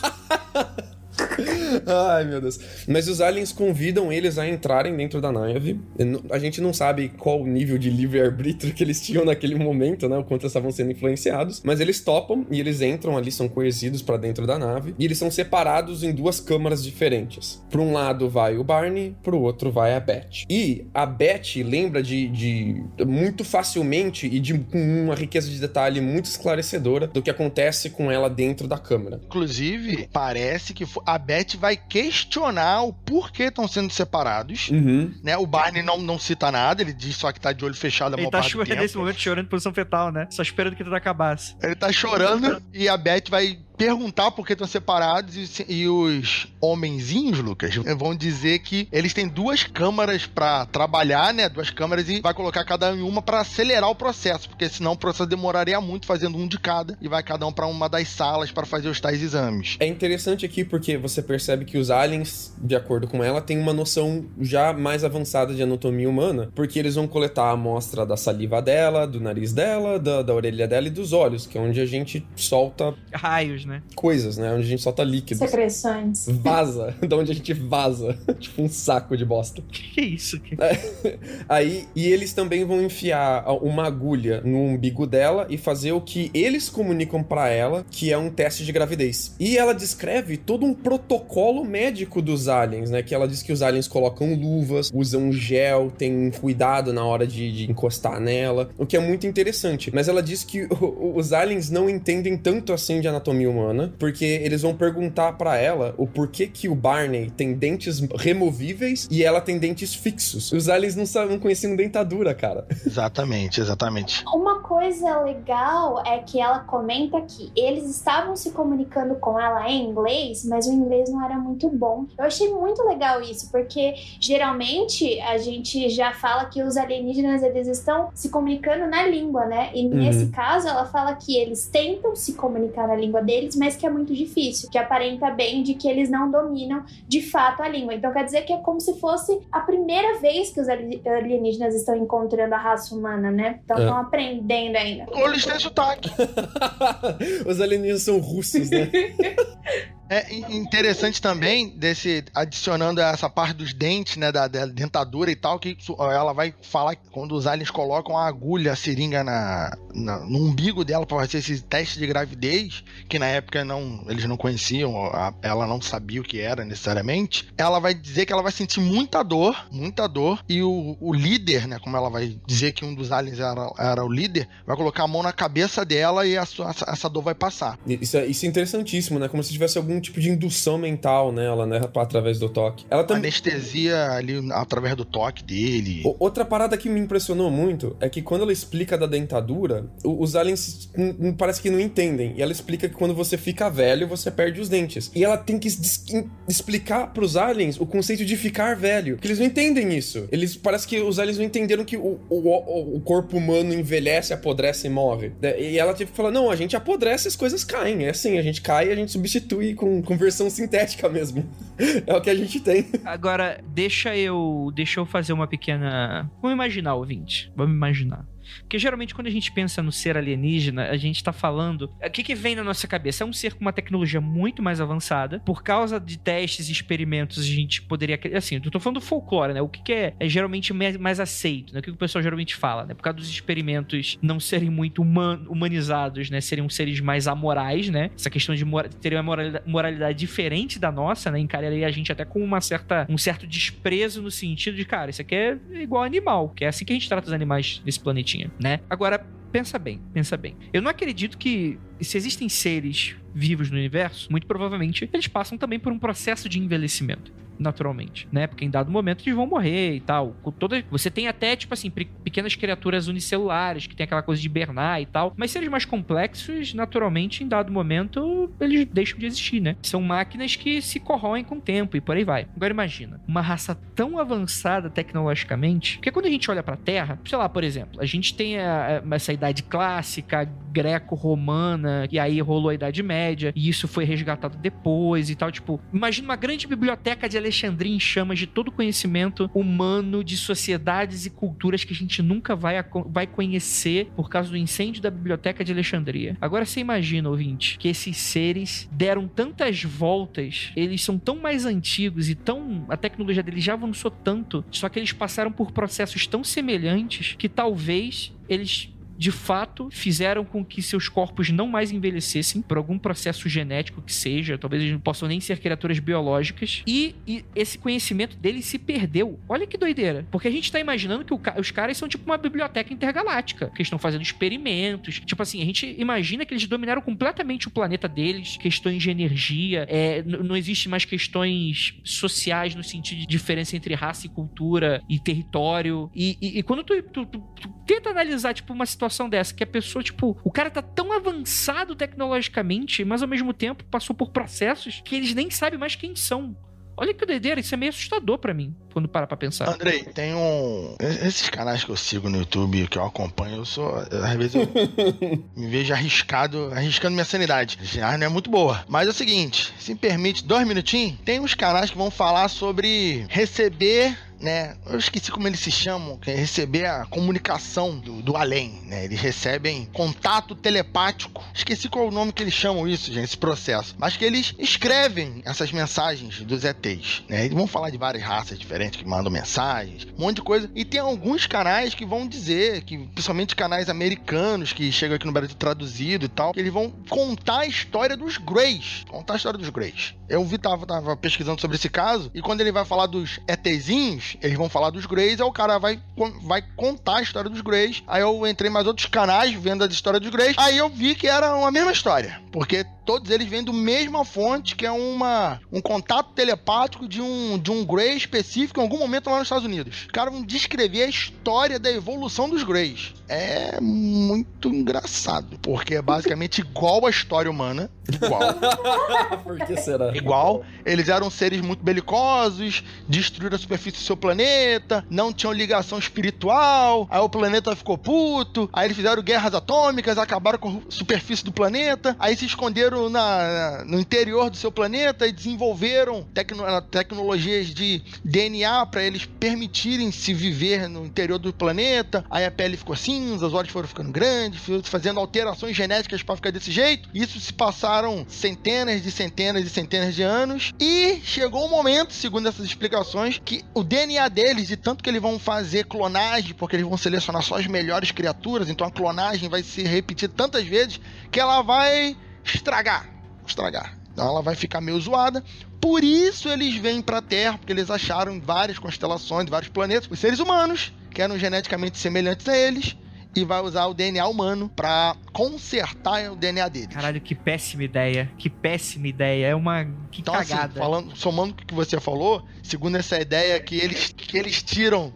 isso. Ai, meu Deus. Mas os aliens convidam eles a entrarem dentro da nave. A gente não sabe qual o nível de livre-arbítrio que eles tinham naquele momento, né? O quanto eles estavam sendo influenciados. Mas eles topam e eles entram ali, são coercidos pra dentro da nave. E eles são separados em 2 câmaras diferentes. Pra um lado vai o Barney, pro outro vai a Beth. E a Beth lembra de muito facilmente e com uma riqueza de detalhe muito esclarecedora do que acontece com ela dentro da câmara. Inclusive, parece que a Beth vai questionar o porquê estão sendo separados, né? O Barney não cita nada, ele diz só que tá de olho fechado a maior parte do tempo. Nesse momento chorando em posição fetal, né? Só esperando que tudo acabasse. Ele tá chorando e a Beth vai perguntar por que estão separados e os homenzinhos, Lucas, vão dizer que eles têm 2 câmaras pra trabalhar, né? 2 câmaras e vai colocar cada um em uma pra acelerar o processo, porque senão o processo demoraria muito fazendo um de cada e vai cada um pra uma das salas pra fazer os tais exames. É interessante aqui porque você percebe que os aliens, de acordo com ela, têm uma noção já mais avançada de anatomia humana, porque eles vão coletar a amostra da saliva dela, do nariz dela, da orelha dela e dos olhos, que é onde a gente solta raios, né? Coisas, né? Onde a gente solta líquidos. Secreções. Vaza. Da onde a gente vaza. Tipo um saco de bosta. Que isso? Aí, e eles também vão enfiar uma agulha no umbigo dela e fazer o que eles comunicam pra ela, que é um teste de gravidez. E ela descreve todo um protocolo médico dos aliens, né? Que ela diz que os aliens colocam luvas, usam gel, tem cuidado na hora de encostar nela, o que é muito interessante. Mas ela diz que os aliens não entendem tanto assim de anatomia humana, porque eles vão perguntar pra ela o porquê que o Barney tem dentes removíveis e ela tem dentes fixos. Os aliens não conheciam dentadura, cara. Exatamente. Uma coisa legal é que ela comenta que eles estavam se comunicando com ela em inglês, mas o inglês não era muito bom. Eu achei muito legal isso, porque geralmente a gente já fala que os alienígenas, eles estão se comunicando na língua, né? E nesse caso, ela fala que eles tentam se comunicar na língua deles, mas que é muito difícil, que aparenta bem de que eles não dominam de fato a língua. Então quer dizer que é como se fosse a primeira vez que os alienígenas estão encontrando a raça humana, né? Então estão aprendendo ainda. Ou eles têm sotaque. Os alienígenas são russos, né? É interessante também, adicionando essa parte dos dentes, né, da dentadura e tal, que ela vai falar que quando os aliens colocam a agulha, a seringa no umbigo dela para fazer esse teste de gravidez, que na época eles não conheciam, ela não sabia o que era necessariamente, ela vai dizer que ela vai sentir muita dor, e o líder, né, como ela vai dizer que um dos aliens era o líder, vai colocar a mão na cabeça dela e essa dor vai passar. Isso é interessantíssimo, né, como se tivesse algum tipo de indução mental nela, né, através do toque. Ela anestesia ali através do toque dele. Outra parada que me impressionou muito é que quando ela explica da dentadura, os aliens parece que não entendem. E ela explica que quando você fica velho, você perde os dentes. E ela tem que explicar pros aliens o conceito de ficar velho. Porque eles não entendem isso. Parece que os aliens não entenderam que o corpo humano envelhece, apodrece e morre. E ela tipo fala, não, a gente apodrece, as coisas caem. É assim, a gente cai e a gente substitui com versão sintética mesmo. É o que a gente tem. Agora, deixa eu fazer uma pequena... Vamos imaginar, ouvinte. Vamos imaginar. Porque geralmente quando a gente pensa no ser alienígena, a gente tá falando... O que vem na nossa cabeça? É um ser com uma tecnologia muito mais avançada. Por causa de testes e experimentos, a gente poderia... Assim, eu tô falando do folclore, né? O que é geralmente mais aceito, né? O que o pessoal geralmente fala, né? Por causa dos experimentos não serem muito humanizados, né? Seriam seres mais amorais, né? Essa questão de ter uma moralidade diferente da nossa, né? Encararia a gente até com um certo desprezo no sentido de, cara, isso aqui é igual animal, que é assim que a gente trata os animais nesse planetinha, né? Agora, pensa bem. Eu não acredito que, se existem seres vivos no universo, muito provavelmente eles passam também por um processo de envelhecimento, naturalmente, né? Porque em dado momento eles vão morrer e tal. Você tem até, tipo assim, pequenas criaturas unicelulares que tem aquela coisa de hibernar e tal, mas seres mais complexos, naturalmente, em dado momento, eles deixam de existir, né? São máquinas que se corroem com o tempo e por aí vai. Agora imagina, uma raça tão avançada tecnologicamente, porque quando a gente olha pra Terra, sei lá, por exemplo, a gente tem essa idade clássica, greco-romana, e aí rolou a Idade Média, e isso foi resgatado depois e tal, tipo, imagina uma grande biblioteca de Alexandria em chamas de todo o conhecimento humano de sociedades e culturas que a gente nunca vai conhecer por causa do incêndio da biblioteca de Alexandria. Agora você imagina, ouvinte, que esses seres deram tantas voltas, eles são tão mais antigos e a tecnologia deles já avançou tanto, só que eles passaram por processos tão semelhantes que talvez eles de fato, fizeram com que seus corpos não mais envelhecessem por algum processo genético que seja, talvez eles não possam nem ser criaturas biológicas, e esse conhecimento deles se perdeu. Olha que doideira, porque a gente tá imaginando que os caras são tipo uma biblioteca intergaláctica, que eles estão fazendo experimentos, tipo assim, a gente imagina que eles dominaram completamente o planeta deles, questões de energia, não existe mais questões sociais no sentido de diferença entre raça e cultura e território, e quando tu tenta analisar, tipo, uma situação dessa, que a pessoa, tipo, o cara tá tão avançado tecnologicamente, mas ao mesmo tempo passou por processos que eles nem sabem mais quem são. Olha que doideira, isso é meio assustador pra mim, quando parar pra pensar. Andrei, tem esses canais que eu sigo no YouTube, que eu acompanho, às vezes eu me vejo arriscando minha sanidade. Já não é muito boa. Mas é o seguinte, se me permite 2 minutinhos, tem uns canais que vão falar sobre receber, né? Eu esqueci como eles se chamam, que é receber a comunicação do além, né? Eles recebem contato telepático. Esqueci qual é o nome que eles chamam isso, gente, esse processo. Mas que eles escrevem essas mensagens dos ETs, né? Eles vão falar de várias raças diferentes que mandam mensagens, um monte de coisa. E tem alguns canais que vão dizer, que principalmente canais americanos que chegam aqui no Brasil traduzido e tal, que eles vão contar a história dos Greys. Contar a história dos Greys. Eu tava pesquisando sobre esse caso, e quando ele vai falar dos ETzinhos, eles vão falar dos Greys, aí o cara vai contar a história dos Greys. Aí eu entrei em mais outros canais vendo a história dos Greys, aí eu vi que era uma mesma história, porque todos eles vêm do mesma fonte, que é um contato telepático de um Grey específico em algum momento lá nos Estados Unidos. Os caras vão descrever a história da evolução dos Greys. É muito engraçado, porque é basicamente igual à história humana. Igual. Por que será? Igual. Eles eram seres muito belicosos, destruíram a superfície do seu planeta, não tinham ligação espiritual, aí o planeta ficou puto, aí eles fizeram guerras atômicas, acabaram com a superfície do planeta, aí se esconderam no interior do seu planeta e desenvolveram tecnologias de DNA para eles permitirem se viver no interior do planeta. Aí a pele ficou cinza, os olhos foram ficando grandes, fazendo alterações genéticas para ficar desse jeito. Isso se passaram centenas de anos, e chegou um momento, segundo essas explicações, que o DNA deles, de tanto que eles vão fazer clonagem, porque eles vão selecionar só as melhores criaturas, então a clonagem vai se repetir tantas vezes que ela vai estragar. Então ela vai ficar meio zoada. Por isso eles vêm pra Terra, porque eles acharam várias constelações, vários planetas, os seres humanos, que eram geneticamente semelhantes a eles, e vai usar o DNA humano pra consertar o DNA deles. Caralho, que péssima ideia. Que péssima ideia. Que então, cagada. Assim, somando o que você falou, segundo essa ideia que eles tiram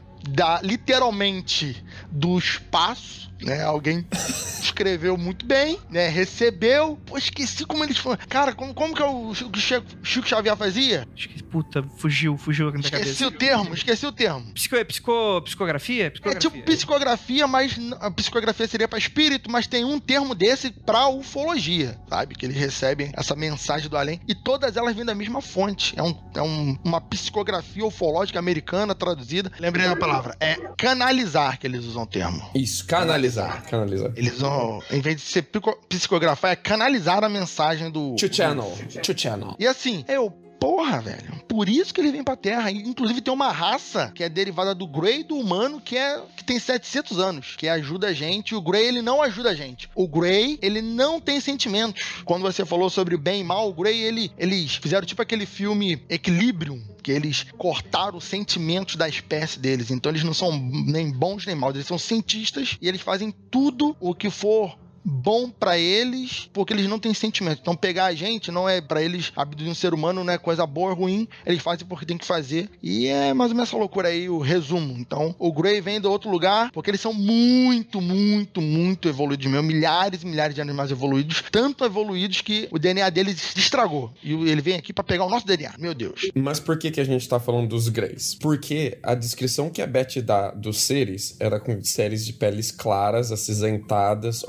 literalmente do espaço, né? Alguém escreveu muito bem, né? Recebeu. Pô, esqueci como eles foram. Cara, como que o Chico Xavier fazia? Puta, fugiu da minha cabeça. Esqueci o termo. Psicografia? É tipo psicografia, mas a psicografia seria pra espírito, mas tem um termo desse pra ufologia, sabe? Que eles recebem essa mensagem do além, e todas elas vêm da mesma fonte. É uma psicografia ufológica americana traduzida. Lembrei a palavra. É canalizar que eles usam o termo. Isso, canalizar. Eles vão, em vez de ser psicografar, é canalizar a mensagem do... To channel. E assim, porra, velho. Por isso que ele vem pra Terra. Inclusive tem uma raça que é derivada do Grey, do humano, que tem 700 anos, que ajuda a gente. O Grey, ele não ajuda a gente. O Grey, ele não tem sentimentos. Quando você falou sobre o bem e mal, o Grey, eles fizeram tipo aquele filme Equilibrium, que eles cortaram os sentimentos da espécie deles. Então eles não são nem bons nem maus. Eles são cientistas e eles fazem tudo o que for bom pra eles, porque eles não têm sentimento. Então pegar a gente não é pra eles, abduzir um ser humano não é coisa boa ou ruim, eles fazem porque tem que fazer, e é mais ou menos essa loucura aí, o resumo. Então o Grey vem de outro lugar, porque eles são muito evoluídos mesmo, milhares e milhares de anos mais evoluídos, tanto evoluídos que o DNA deles se estragou, e ele vem aqui pra pegar o nosso DNA, meu Deus. Mas por que a gente tá falando dos Greys? Porque a descrição que a Beth dá dos seres era com seres de peles claras, acinzentadas, olhos amarelados,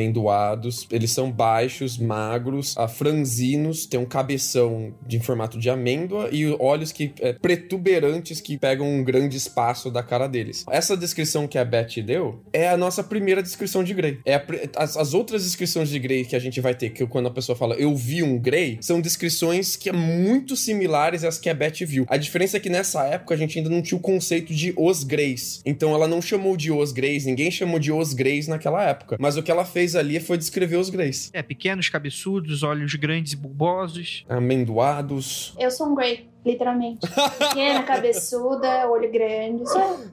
amendoados, eles são baixos, magros, franzinos, tem um cabeção em formato de amêndoa e olhos protuberantes que pegam um grande espaço da cara deles. Essa descrição que a Beth deu é a nossa primeira descrição de Grey. As outras descrições de Grey que a gente vai ter, que quando a pessoa fala eu vi um Grey, são descrições que é muito similares às que a Beth viu. A diferença é que nessa época a gente ainda não tinha o conceito de os Greys. Então ela não chamou de os Greys, ninguém chamou de os Greys naquela época. Mas o que ela fez ali foi descrever os Greys. Pequenos, cabeçudos, olhos grandes e bulbosos. Amendoados. Eu sou um Grey, literalmente. Pequena, cabeçuda, olho grande.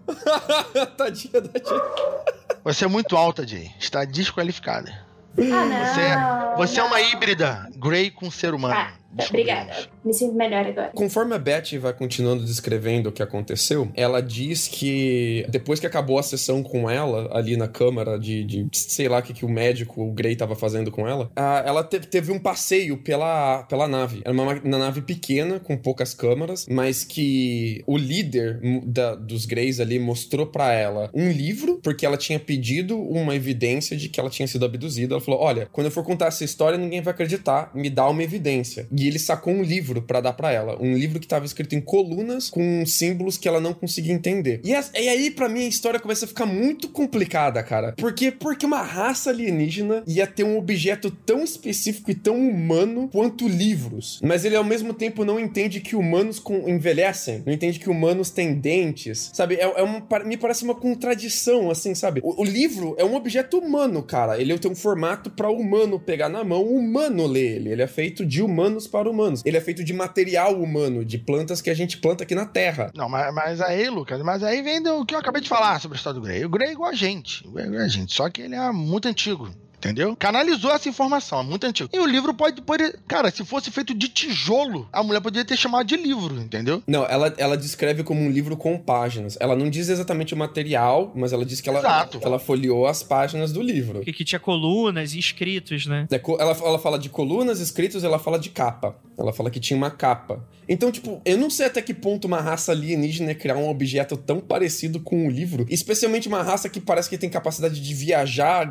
Tadinha da Jay. Você é muito alta, Jay. Está desqualificada. Ah, não. Você é uma híbrida Grey com ser humano. Obrigada. Me sinto melhor agora. Conforme a Beth vai continuando descrevendo o que aconteceu, ela diz que depois que acabou a sessão com ela, ali na câmara de sei lá o que o médico, o Grey, tava fazendo com ela, ela teve um passeio pela nave. Era uma nave pequena, com poucas câmaras, mas que o líder dos Greys ali mostrou pra ela um livro, porque ela tinha pedido uma evidência de que ela tinha sido abduzida. Ela falou, olha, quando eu for contar essa história, ninguém vai acreditar, me dá uma evidência. E ele sacou um livro pra dar pra ela. Um livro que tava escrito em colunas com símbolos que ela não conseguia entender. E aí, pra mim, a história começa a ficar muito complicada, cara. Porque uma raça alienígena ia ter um objeto tão específico e tão humano quanto livros. Mas ele, ao mesmo tempo, não entende que humanos envelhecem. Não entende que humanos têm dentes. Sabe? Me parece uma contradição, assim, sabe? O livro é um objeto humano, cara. Ele tem um formato pra humano pegar na mão, humano ler ele. Ele é feito de humanos para humanos. Ele é feito de material humano, de plantas que a gente planta aqui na Terra. Não, mas aí, Lucas, vem do que eu acabei de falar sobre a história do Grey. O Grey é igual a gente. Só que ele é muito antigo. Entendeu? Canalizou essa informação, é muito antigo. E o livro pode... Cara, se fosse feito de tijolo, a mulher poderia ter chamado de livro, entendeu? Não, ela descreve como um livro com páginas. Ela não diz exatamente o material, mas ela diz que ela folheou as páginas do livro. Que tinha colunas e escritos, né? Ela fala de colunas, escritos, ela fala de capa. Ela fala que tinha uma capa. Então, tipo, eu não sei até que ponto uma raça alienígena ia criar um objeto tão parecido com um livro, especialmente uma raça que parece que tem capacidade de viajar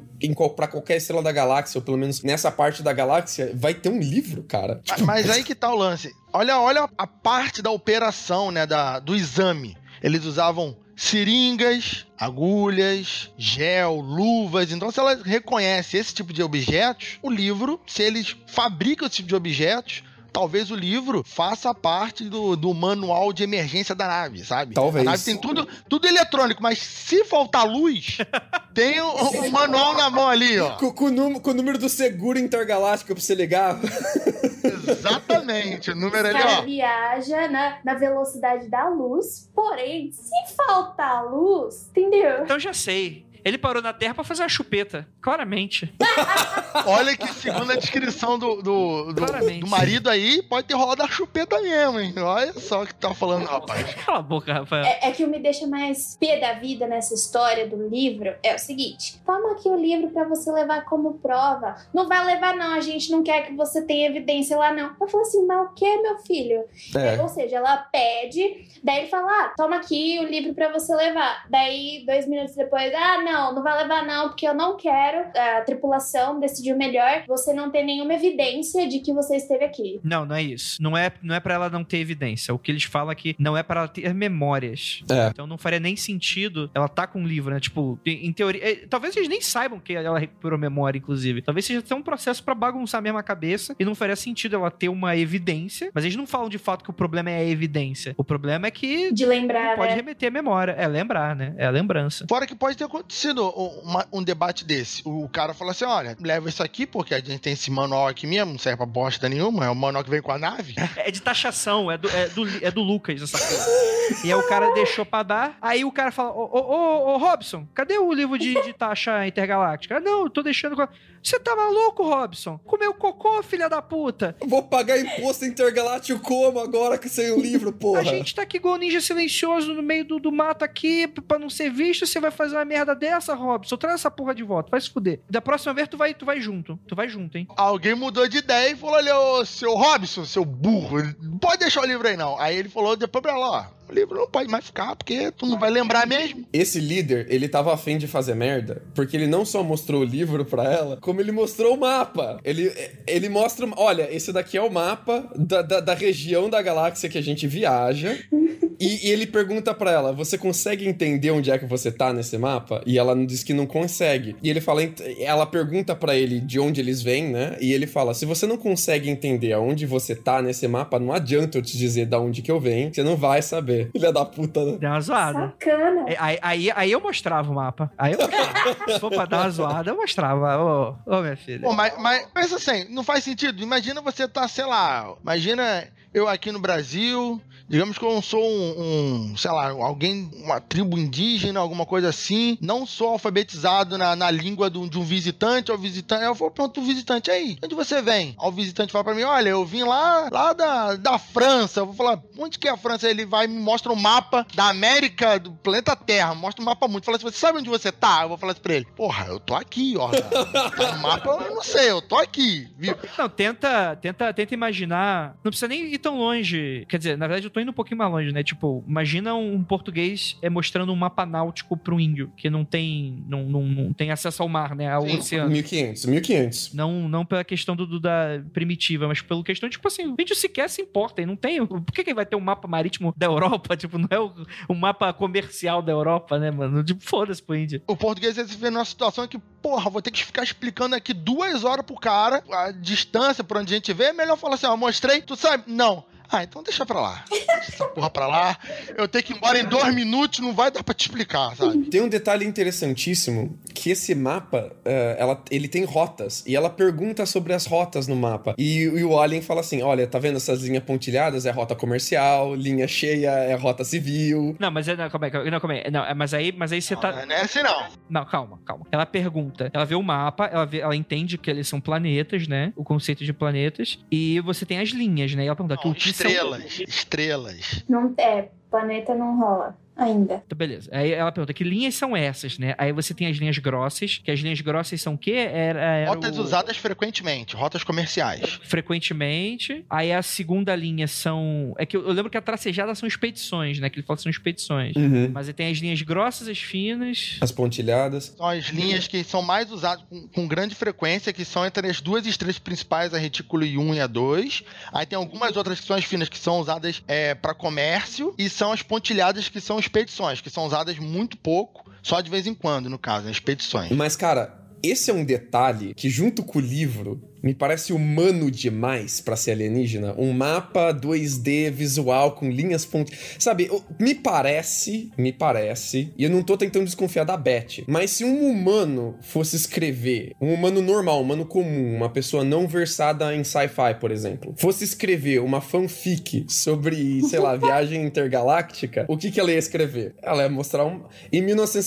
pra qualquer estrela da galáxia, ou pelo menos nessa parte da galáxia, vai ter um livro, cara. Mas aí que tá o lance. Olha a parte da operação, né, do exame. Eles usavam seringas, agulhas, gel, luvas. Então, se ela reconhece esse tipo de objetos, o livro, se eles fabricam esse tipo de objetos, talvez o livro faça parte do manual de emergência da nave, sabe? Talvez. A nave tem tudo eletrônico, mas se faltar luz, tem o manual na mão ali, ó. Com o número do seguro intergaláctico pra você ligar. Exatamente, o número ali, ó. Ela viaja na velocidade da luz, porém, se faltar luz, entendeu? Então já sei. Ele parou na Terra pra fazer uma chupeta, claramente. Olha que segundo a descrição do marido aí, pode ter rolado a chupeta mesmo, hein? Olha só o que tá falando, rapaz. Cala a boca, Rafael. É que o me deixa mais pé da vida nessa história do livro é o seguinte: toma aqui o livro pra você levar como prova. Não vai levar não, a gente não quer que você tenha evidência lá não. Eu falo assim, mas o que, meu filho? Ou seja, ela pede, daí ele fala, toma aqui o livro pra você levar. Daí, 2 minutos depois, não vai levar não, porque eu não quero. A tripulação decidiu melhor você não ter nenhuma evidência de que você esteve aqui. Não é isso. Não é pra ela não ter evidência. O que eles falam é que não é pra ela ter memórias. Então não faria nem sentido ela tá com um livro, né? Tipo, em teoria... Talvez eles nem saibam que ela recuperou memória, inclusive. Talvez seja até um processo pra bagunçar mesmo a cabeça e não faria sentido ela ter uma evidência. Mas eles não falam de fato que o problema é a evidência. O problema é que... De lembrar, pode remeter a memória. É lembrar, né? É a lembrança. Fora que pode ter acontecido um debate desse. O cara fala assim, olha, leva isso aqui porque a gente tem esse manual aqui mesmo, não serve pra bosta nenhuma, é o manual que vem com a nave. É de taxação, é do Lucas essa coisa. E aí o cara deixou pra dar, aí o cara fala, ô Robson, cadê o livro de taxa intergaláctica? Não, eu tô deixando... Você tá maluco, Robson? Comeu cocô, filha da puta? Vou pagar imposto intergaláctico como agora que sem o livro, porra? A gente tá aqui igual ninja silencioso no meio do mato aqui, pra não ser visto, você vai fazer uma merda dessa, Robson? Traz essa porra de volta, vai se fuder. Da próxima vez tu vai junto. Tu vai junto, hein? Alguém mudou de ideia e falou ali, ô, seu Robson, seu burro, não pode deixar o livro aí não. Aí ele falou depois pra ela, ó, O livro não pode mais ficar, porque tu não vai lembrar mesmo. Esse líder, ele tava afim de fazer merda, porque ele não só mostrou o livro pra ela, como ele mostrou o mapa. Ele mostra, olha, esse daqui é o mapa da região da galáxia que a gente viaja. E ele pergunta pra ela, você consegue entender onde é que você tá nesse mapa? E ela diz que não consegue. E ele fala, ela pergunta pra ele de onde eles vêm, né? E ele fala, se você não consegue entender aonde você tá nesse mapa, não adianta eu te dizer da onde que eu venho, você não vai saber. Filha da puta, né? Deu uma zoada. Sacana. Aí eu mostrava o mapa. Aí eu mostrava. Se for pra dar uma zoada, eu mostrava. Ô, minha filha. Pô, mas pensa assim, não faz sentido. Imagina você tá, sei lá, imagina eu aqui no Brasil, digamos que eu não sou sei lá, alguém, uma tribo indígena, alguma coisa assim, não sou alfabetizado na língua de um visitante, eu vou pronto, o visitante aí, onde você vem? Aí o visitante fala pra mim, olha, eu vim lá da França, eu vou falar, onde que é a França? Ele vai me mostra um mapa da América, do planeta Terra, mostra um mapa muito, fala assim, você sabe onde você tá? Eu vou falar assim pra ele, porra, eu tô aqui, ó, tá no mapa, eu não sei, eu tô aqui, viu? Não, tenta imaginar, não precisa nem ir tão longe, quer dizer, na verdade eu tô indo um pouquinho mais longe, né, tipo, imagina um português mostrando um mapa náutico para um índio, que não tem acesso ao mar, né, ao oceano. 1500. Não pela questão da primitiva, mas pela questão, tipo assim, o índio sequer se importa, e não tem, por que ele vai ter um mapa marítimo da Europa, tipo, não é um mapa comercial da Europa, né, mano, tipo, foda-se pro índio. O português se vê numa situação que, porra, vou ter que ficar explicando aqui 2 horas pro cara a distância por onde a gente vê, é melhor falar assim, ó, mostrei, tu sabe? Não. Ah, então deixa pra lá. Deixa essa porra pra lá. Eu tenho que ir embora em 2 minutos, não vai dar pra te explicar, sabe? Tem um detalhe interessantíssimo, que esse mapa, ele tem rotas, e ela pergunta sobre as rotas no mapa. E o Alien fala assim, olha, tá vendo essas linhas pontilhadas? É rota comercial, linha cheia é rota civil. Não, mas calma aí. Não, mas aí você tá... Não é assim, não. Não, calma. Ela pergunta, ela vê o mapa, ela entende que eles são planetas, né? O conceito de planetas, e você tem as linhas, né? E ela pergunta, não, Estrelas. Não planeta não rola ainda. Então, beleza. Aí ela pergunta, que linhas são essas, né? Aí você tem as linhas grossas, que as linhas grossas são o quê? Rotas usadas frequentemente, rotas comerciais. Frequentemente. Aí a segunda linha são... É que eu lembro que a tracejada são expedições, né? Que ele fala que são expedições. Uhum. Mas aí tem as linhas grossas, as finas... As pontilhadas. São as linhas que são mais usadas com grande frequência, que são entre as 2 estrelas principais, a retículo I1 e a 2. Aí tem algumas outras que são as finas, que são usadas para comércio, e são as pontilhadas, que são expedições, que são usadas muito pouco, só de vez em quando, no caso, em expedições. Mas, cara, esse é um detalhe que, junto com o livro, me parece humano demais pra ser alienígena. Um mapa 2D visual com linhas sabe, me parece, e eu não tô tentando desconfiar da Beth, mas se um humano fosse escrever, um humano normal, um humano comum, uma pessoa não versada em sci-fi, por exemplo, fosse escrever uma fanfic sobre, sei lá, viagem intergaláctica, o que ela ia escrever? Ela ia mostrar Em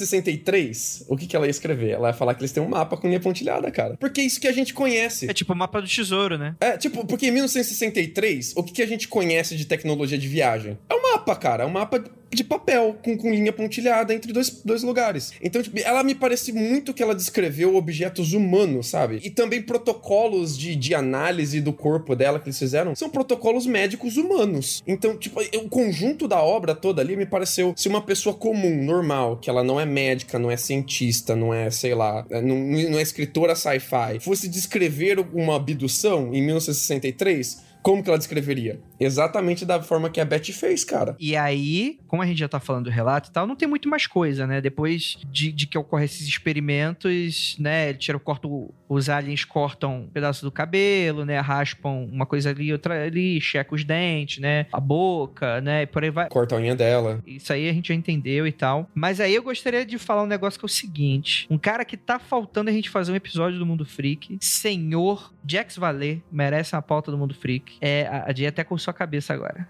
1963, o que ela ia escrever? Ela ia falar que eles têm um mapa com linha pontilhada, cara. Porque é isso que a gente conhece. É tipo o mapa do tesouro, né? Porque em 1963, o que a gente conhece de tecnologia de viagem? É um mapa, cara. É um mapa de papel, com linha pontilhada entre dois lugares. Então, tipo, ela me parece muito que ela descreveu objetos humanos, sabe? E também protocolos de análise do corpo dela que eles fizeram são protocolos médicos humanos. Então, tipo, o conjunto da obra toda ali me pareceu se uma pessoa comum, normal, que ela não é médica, não é cientista, não é, sei lá, não é escritora sci-fi, fosse descrever uma abdução em 1963... Como que ela descreveria? Exatamente da forma que a Beth fez, cara. E aí, como a gente já tá falando do relato e tal, não tem muito mais coisa, né? Depois de que ocorrem esses experimentos, né? Os aliens cortam um pedaço do cabelo, né? Raspam uma coisa ali, outra ali, checam os dentes, né? A boca, né? E por aí vai. Corta a unha dela. Isso aí a gente já entendeu e tal. Mas aí eu gostaria de falar um negócio que é o seguinte. Um cara que tá faltando a gente fazer um episódio do Mundo Freak, senhor Jax Valer, merece uma pauta do Mundo Freak. A Dia até com sua cabeça agora.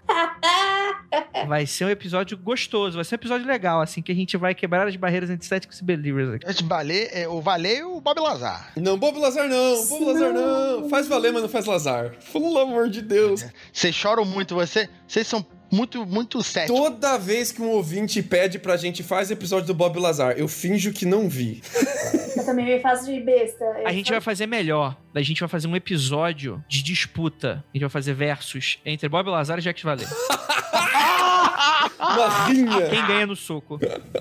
Vai ser um episódio gostoso, vai ser um episódio legal, assim, que a gente vai quebrar as barreiras entre céticos e believers aqui. O Valer e o Bob Lazar. Não, Bob Lazar não, Bob Lazar não. Faz Valer, mas não faz Lazar. Pelo amor de Deus. Vocês choram muito, vocês são muito, muito céticos. Toda vez que um ouvinte pede pra gente faz episódio do Bob Lazar, eu finjo que não vi. Eu também me faço de besta. A gente vai fazer melhor. A gente vai fazer um episódio de disputa. A gente vai fazer versus entre Bob Lazar e Jax Valer. Uma rinha. Quem ganha no soco?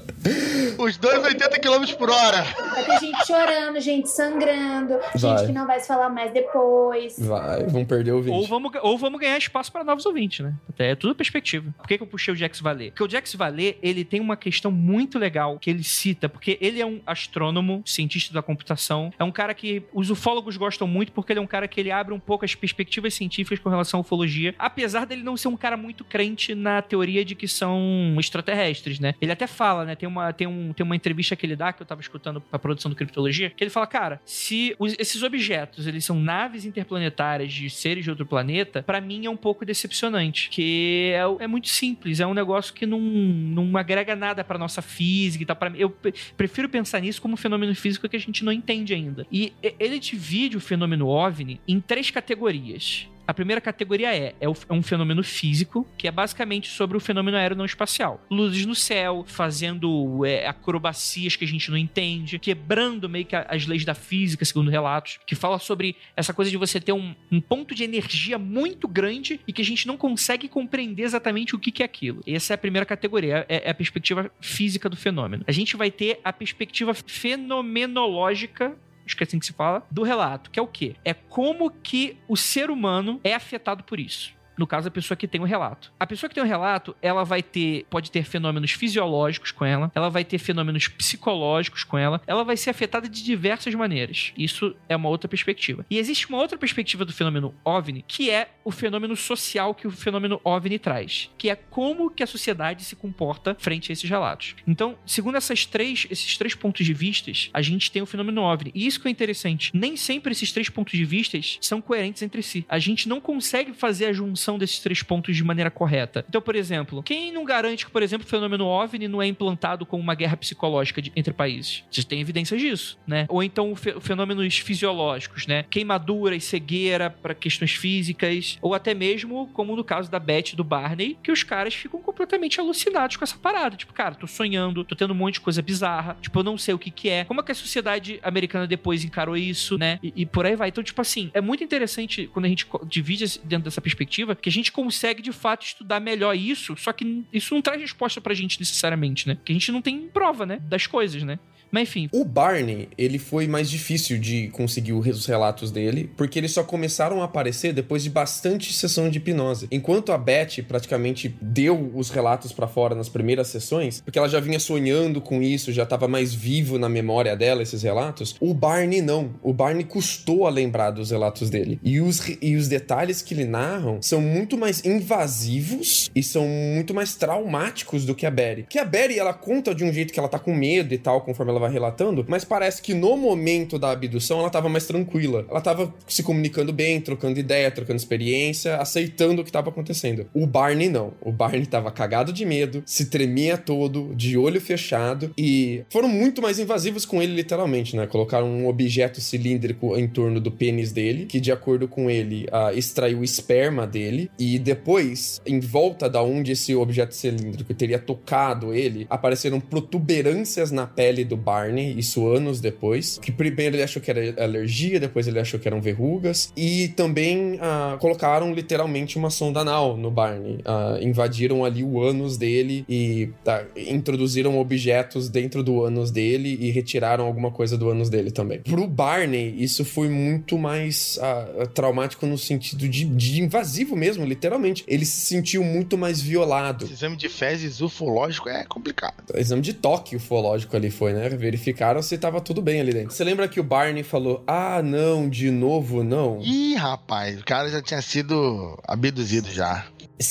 Os dois 80 km por hora. Vai ter gente chorando, gente sangrando, gente que não vai se falar mais depois. Vão perder o ouvinte. Ou vamos ganhar espaço para novos ouvintes, né? Até é tudo perspectiva. Por que eu puxei o Jacques Vallée? Porque o Jacques Vallée, ele tem uma questão muito legal que ele cita, porque ele é um astrônomo, cientista da computação, é um cara que os ufólogos gostam muito porque ele é um cara que ele abre um pouco as perspectivas científicas com relação à ufologia, apesar dele não ser um cara muito crente na teoria de que são extraterrestres, né? Ele até fala, né? Tem uma entrevista que ele dá, que eu tava escutando pra produção do Criptologia, que ele fala, cara, se esses objetos, eles são naves interplanetárias de seres de outro planeta, pra mim é um pouco decepcionante, que é muito simples, é um negócio que não agrega nada pra nossa física e tal. Eu prefiro pensar nisso como um fenômeno físico que a gente não entende ainda. E ele divide o fenômeno OVNI em 3 categorias. A primeira categoria é um fenômeno físico, que é basicamente sobre o fenômeno aéreo não espacial. Luzes no céu, fazendo acrobacias que a gente não entende, quebrando meio que as leis da física, segundo relatos, que fala sobre essa coisa de você ter um ponto de energia muito grande e que a gente não consegue compreender exatamente o que é aquilo. Essa é a primeira categoria, é a perspectiva física do fenômeno. A gente vai ter a perspectiva fenomenológica, acho que é assim que se fala, do relato, que é o quê? É como que o ser humano é afetado por isso. No caso, a pessoa que tem o relato. A pessoa que tem o relato, ela pode ter fenômenos fisiológicos com ela vai ter fenômenos psicológicos com ela vai ser afetada de diversas maneiras. Isso é uma outra perspectiva. E existe uma outra perspectiva do fenômeno OVNI, que é o fenômeno social que o fenômeno OVNI traz, que é como que a sociedade se comporta frente a esses relatos. Então, segundo esses três pontos de vista, a gente tem o fenômeno OVNI. E isso que é interessante. Nem sempre esses 3 pontos de vista são coerentes entre si. A gente não consegue fazer a junção desses 3 pontos de maneira correta. Então, por exemplo, quem não garante que, por exemplo, o fenômeno OVNI não é implantado como uma guerra psicológica entre países? Vocês têm evidências disso, né? Ou então fenômenos fisiológicos, né? Queimadura e cegueira para questões físicas, ou até mesmo, como no caso da Beth e do Barney, que os caras ficam completamente alucinados com essa parada. Tipo, cara, tô sonhando, tô tendo um monte de coisa bizarra, tipo, eu não sei o que é. Como é que a sociedade americana depois encarou isso, né? E por aí vai. Então, tipo assim, é muito interessante quando a gente divide dentro dessa perspectiva, que a gente consegue, de fato, estudar melhor isso, só que isso não traz resposta pra gente necessariamente, né? Porque a gente não tem prova, né? Das coisas, né? Mas enfim. O Barney, ele foi mais difícil de conseguir os relatos dele, porque eles só começaram a aparecer depois de bastante sessão de hipnose. Enquanto a Beth praticamente deu os relatos pra fora nas primeiras sessões, porque ela já vinha sonhando com isso, já tava mais vivo na memória dela esses relatos, o Barney não. O Barney custou a lembrar dos relatos dele. E os detalhes que ele narram são muito mais invasivos e são muito mais traumáticos do que a Betty. Porque a Betty, ela conta de um jeito que ela tá com medo e tal, conforme ela vai relatando, mas parece que no momento da abdução ela tava mais tranquila. Ela tava se comunicando bem, trocando ideia, trocando experiência, aceitando o que tava acontecendo. O Barney não. O Barney tava cagado de medo, se tremia todo, de olho fechado, e foram muito mais invasivos com ele, literalmente, né? Colocaram um objeto cilíndrico em torno do pênis dele, que, de acordo com ele, extraiu o esperma dele, e depois, em volta da onde esse objeto cilíndrico teria tocado ele, apareceram protuberâncias na pele do Barney, isso anos depois, que primeiro ele achou que era alergia, depois ele achou que eram verrugas, e também colocaram literalmente uma sonda anal no Barney, invadiram ali o ânus dele e introduziram objetos dentro do ânus dele e retiraram alguma coisa do ânus dele também. Pro Barney, isso foi muito mais traumático no sentido de invasivo mesmo, literalmente. Ele se sentiu muito mais violado. Esse exame de fezes ufológico é complicado. O exame de toque ufológico ali foi, né? Verificaram se tava tudo bem ali dentro. Você lembra que o Barney falou, não, de novo não? Ih, rapaz, o cara já tinha sido abduzido já.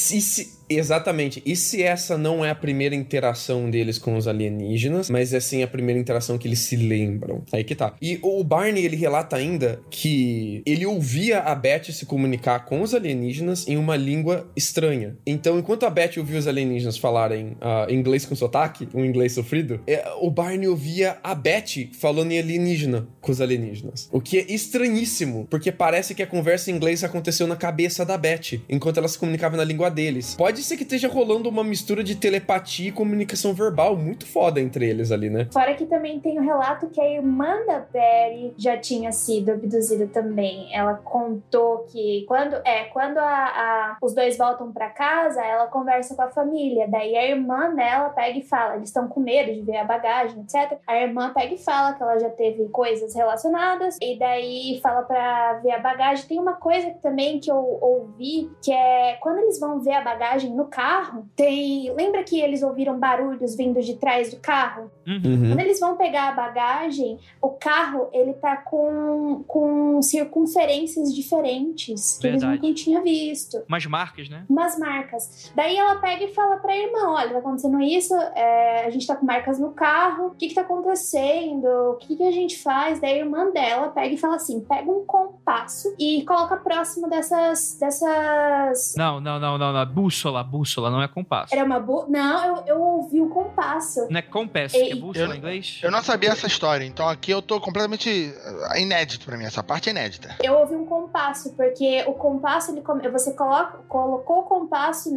Exatamente. E se essa não é a primeira interação deles com os alienígenas, mas é sim a primeira interação que eles se lembram? Aí que tá. E o Barney, ele relata ainda que ele ouvia a Beth se comunicar com os alienígenas em uma língua estranha. Então, enquanto a Beth ouvia os alienígenas falarem inglês com sotaque, um inglês sofrido, o Barney ouvia ouvia a Beth falando em alienígena com os alienígenas. O que é estranhíssimo, porque parece que a conversa em inglês aconteceu na cabeça da Beth, enquanto ela se comunicava na língua deles. Pode ser que esteja rolando uma mistura de telepatia e comunicação verbal muito foda entre eles ali, né? Fora que também tem o relato que a irmã da Betty já tinha sido abduzida também. Ela contou que quando os dois voltam pra casa, ela conversa com a família. Daí a irmã dela pega e fala, eles estão com medo de ver a bagagem, etc. A irmã pega e fala que ela já teve coisas relacionadas, e daí fala pra ver a bagagem. Tem uma coisa também que eu ouvi, que é quando eles vão ver a bagagem no carro, lembra que eles ouviram barulhos vindo de trás do carro? Uhum. Quando eles vão pegar a bagagem, o carro, ele tá com circunferências diferentes, que eles nunca tinham visto. Umas marcas, né? Umas marcas. Daí ela pega e fala pra irmã, olha, tá acontecendo isso, a gente tá com marcas no carro, o que tá acontecendo? O que a gente faz? Daí a irmã dela pega e fala assim, pega um compasso e coloca próximo dessas... Não, bússola, não é compasso. Era uma Não, eu ouvi o compasso. Não é compass, que é bússola em inglês? Eu não sabia essa história, então aqui eu tô completamente inédito pra mim, essa parte é inédita. Eu ouvi um compasso, porque o compasso, você colocou o compasso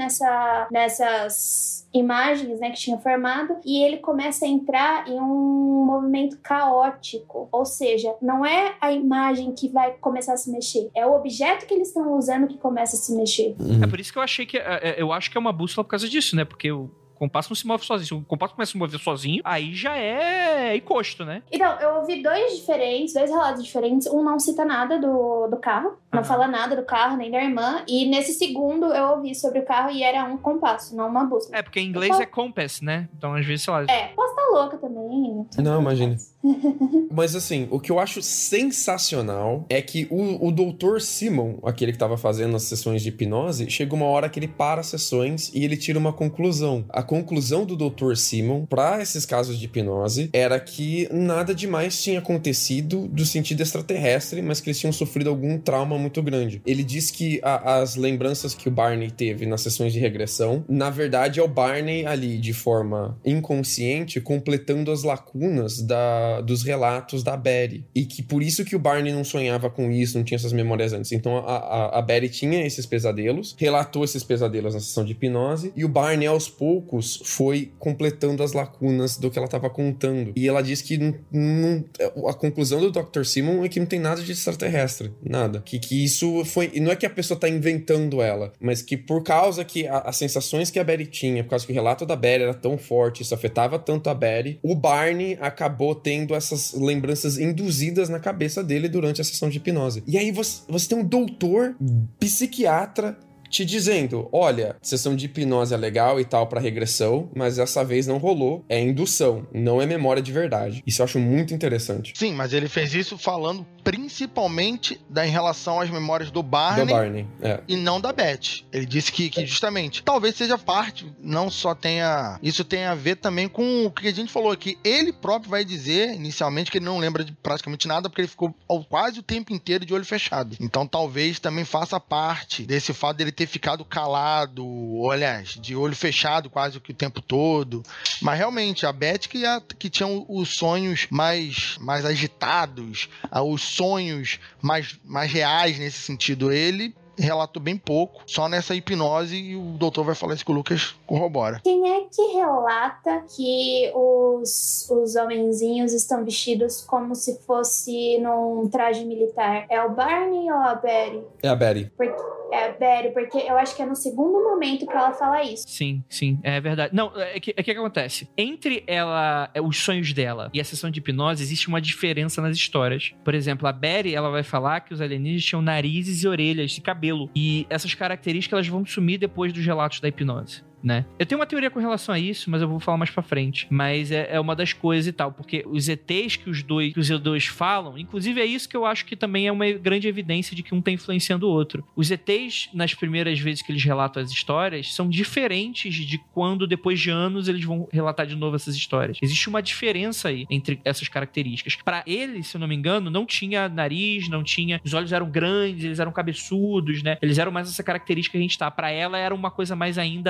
nessas imagens, né, que tinha formado, e ele começa a entrar em um movimento caótico, ou seja, não é a imagem que vai começar a se mexer, é o objeto que eles estão usando que começa a se mexer. É por isso que eu achei que eu acho que é uma bússola por causa disso, né, porque o compasso não se move sozinho. Se o compasso começa a se mover sozinho, aí já é encosto, né? Então, eu ouvi dois relatos diferentes. Um não cita nada do carro. Não fala nada do carro, nem da irmã. E nesse segundo, eu ouvi sobre o carro e era um compasso, não uma bússola. É, porque em inglês é compass, né? Então, às vezes, sei lá... Posso estar louca também. Não, imagina. Mas assim, o que eu acho sensacional é que o Dr. Simon, aquele que tava fazendo as sessões de hipnose, chega uma hora que ele para as sessões e ele tira uma conclusão. A conclusão do Dr. Simon para esses casos de hipnose era que nada demais tinha acontecido do sentido extraterrestre, mas que eles tinham sofrido algum trauma muito grande. Ele diz que as lembranças que o Barney teve nas sessões de regressão, na verdade é o Barney ali de forma inconsciente completando as lacunas dos relatos da Betty. E que por isso que o Barney não sonhava com isso, não tinha essas memórias antes. Então a Betty tinha esses pesadelos, relatou esses pesadelos na sessão de hipnose, e o Barney aos poucos foi completando as lacunas do que ela estava contando. E ela diz que a conclusão do Dr. Simon é que não tem nada de extraterrestre. Nada. Que isso foi... Não é que a pessoa tá inventando ela, mas que por causa que as sensações que a Betty tinha, por causa que o relato da Betty era tão forte, isso afetava tanto a Betty, o Barney acabou tendo essas lembranças induzidas na cabeça dele durante a sessão de hipnose. E aí você tem um doutor psiquiatra te dizendo, olha, sessão de hipnose é legal e tal pra regressão, mas dessa vez não rolou, é indução, não é memória de verdade. Isso eu acho muito interessante. Sim, mas ele fez isso falando principalmente em relação às memórias do Barney, e não da Beth. Ele disse que justamente, talvez seja parte, não só tenha... Isso tem a ver também com o que a gente falou aqui. Ele próprio vai dizer, inicialmente, que ele não lembra de praticamente nada, porque ele ficou quase o tempo inteiro de olho fechado. Então, talvez também faça parte desse fato dele ter ficado calado, ou, aliás, de olho fechado quase que o tempo todo. Mas, realmente, a Beth que tinha os sonhos mais agitados, os sonhos mais reais nesse sentido, ele relatou bem pouco, só nessa hipnose, e o doutor vai falar isso que o Lucas corrobora. Quem é que relata que os homenzinhos estão vestidos como se fosse num traje militar? É o Barney ou a Betty? É a Betty. É a Betty, porque eu acho que é no segundo momento que ela fala isso. Sim, é verdade. Não, é que acontece? Entre os sonhos dela e a sessão de hipnose, existe uma diferença nas histórias. Por exemplo, a Betty, ela vai falar que os alienígenas tinham narizes e orelhas e cabelo. E essas características, elas vão sumir depois dos relatos da hipnose, né? Eu tenho uma teoria com relação a isso, mas eu vou falar mais pra frente. Mas é uma das coisas e tal, porque os ETs que os dois falam, inclusive é isso que eu acho que também é uma grande evidência de que um tá influenciando o outro. Os ETs, nas primeiras vezes que eles relatam as histórias, são diferentes de quando, depois de anos, eles vão relatar de novo essas histórias. Existe uma diferença aí entre essas características. Pra eles, se eu não me engano, não tinha nariz, não tinha... Os olhos eram grandes, eles eram cabeçudos, né? Eles eram mais essa característica que a gente tá. Pra ela, era uma coisa mais ainda híbrida,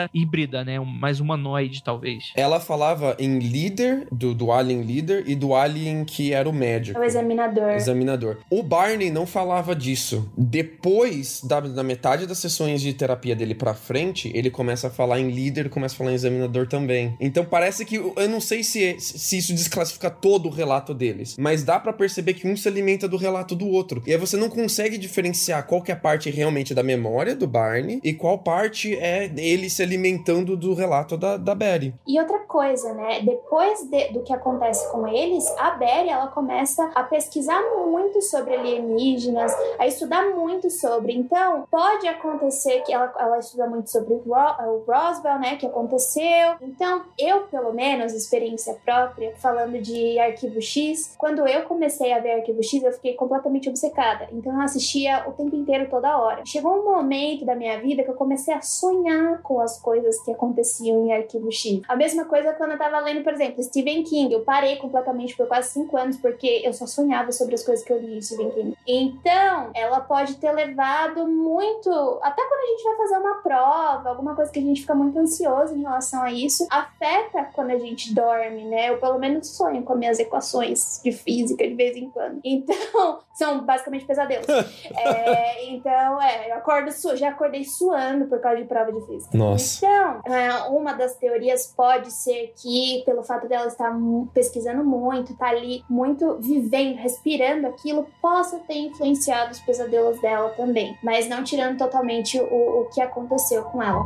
híbrida, né? Mais humanoide, talvez. Ela falava em líder, do alien líder, e do alien que era o médico. O examinador. O Barney não falava disso. Depois da metade das sessões de terapia dele pra frente, ele começa a falar em líder, começa a falar em examinador também. Então parece que, eu não sei se isso desclassifica todo o relato deles, mas dá pra perceber que um se alimenta do relato do outro. E aí você não consegue diferenciar qual que é a parte realmente da memória do Barney e qual parte é ele se alimentando do relato da Betty. E outra coisa, né? Depois do que acontece com eles, a Betty, ela começa a pesquisar muito sobre alienígenas, a estudar muito sobre. Então, pode acontecer que ela estuda muito sobre o Roswell, né? Que aconteceu. Então, eu, pelo menos, experiência própria, falando de Arquivo X, quando eu comecei a ver Arquivo X, eu fiquei completamente obcecada. Então, eu assistia o tempo inteiro, toda hora. Chegou um momento da minha vida que eu comecei a sonhar com as coisas que aconteciam em Arquivo X. A mesma coisa quando eu tava lendo, por exemplo, Stephen King. Eu parei completamente por quase 5 anos porque eu só sonhava sobre as coisas que eu li em Stephen King. Então, ela pode ter levado muito... Até quando a gente vai fazer uma prova, alguma coisa que a gente fica muito ansioso em relação a isso, afeta quando a gente dorme, né? Eu, pelo menos, sonho com as minhas equações de física de vez em quando. Então, são basicamente pesadelos. Então, eu já acordei suando por causa de prova de física. Nossa. Então, uma das teorias pode ser que, pelo fato dela estar pesquisando muito, tá ali muito vivendo, respirando aquilo, possa ter influenciado os pesadelos dela também. Mas não tirando totalmente o que aconteceu com ela.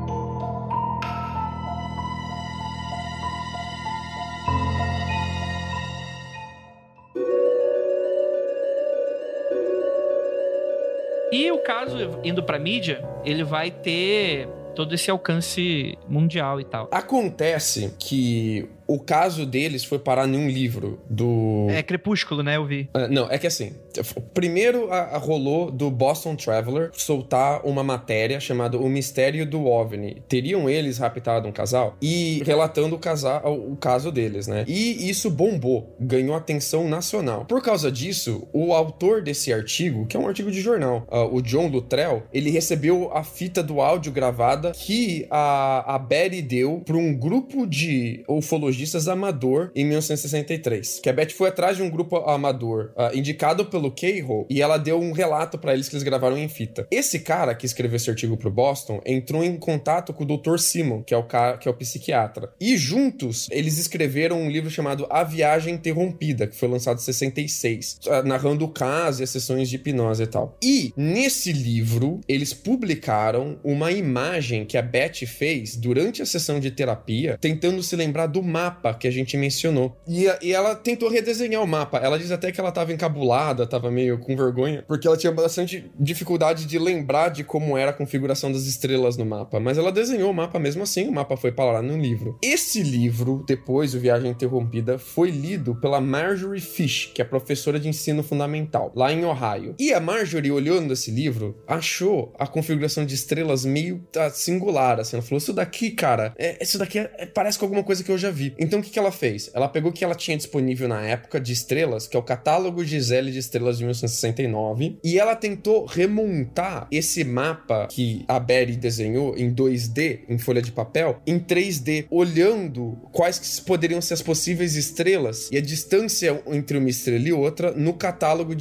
E o caso, indo pra mídia, ele vai ter todo esse alcance mundial e tal. Acontece que o caso deles foi parar em um livro do... Crepúsculo, né? Eu vi. Não, é que assim, primeiro rolou do Boston Traveler soltar uma matéria chamada O Mistério do OVNI. Teriam eles raptado um casal e relatando o caso deles, né? E isso bombou, ganhou atenção nacional. Por causa disso, o autor desse artigo, que é um artigo de jornal, o John Luttrell, ele recebeu a fita do áudio gravada que a Betty deu para um grupo de ufologistas amador em 1963. Que a Betty foi atrás de um grupo amador indicado pelo Keyhole e ela deu um relato para eles que eles gravaram em fita. Esse cara que escreveu esse artigo pro Boston entrou em contato com o Dr. Simon, que é o psiquiatra. E juntos, eles escreveram um livro chamado A Viagem Interrompida, que foi lançado em 66, narrando o caso e as sessões de hipnose e tal. E nesse livro, eles publicaram uma imagem que a Betty fez durante a sessão de terapia, tentando se lembrar do mapa que a gente mencionou. E ela tentou redesenhar o mapa. Ela diz até que ela tava encabulada, tava meio com vergonha, porque ela tinha bastante dificuldade de lembrar de como era a configuração das estrelas no mapa. Mas ela desenhou o mapa mesmo assim, o mapa foi parar no livro. Esse livro, depois, o Viagem Interrompida, foi lido pela Marjorie Fish, que é professora de ensino fundamental, lá em Ohio. E a Marjorie, olhando esse livro, achou a configuração de estrelas meio singular, assim. Ela falou, isso daqui, cara, isso daqui parece com alguma coisa que eu já vi. Então o que ela fez? Ela pegou o que ela tinha disponível na época de estrelas, que é o catálogo Gisele de estrelas de 1969, e ela tentou remontar esse mapa que a Betty desenhou em 2D, em folha de papel, em 3D, olhando quais que poderiam ser as possíveis estrelas e a distância entre uma estrela e outra no catálogo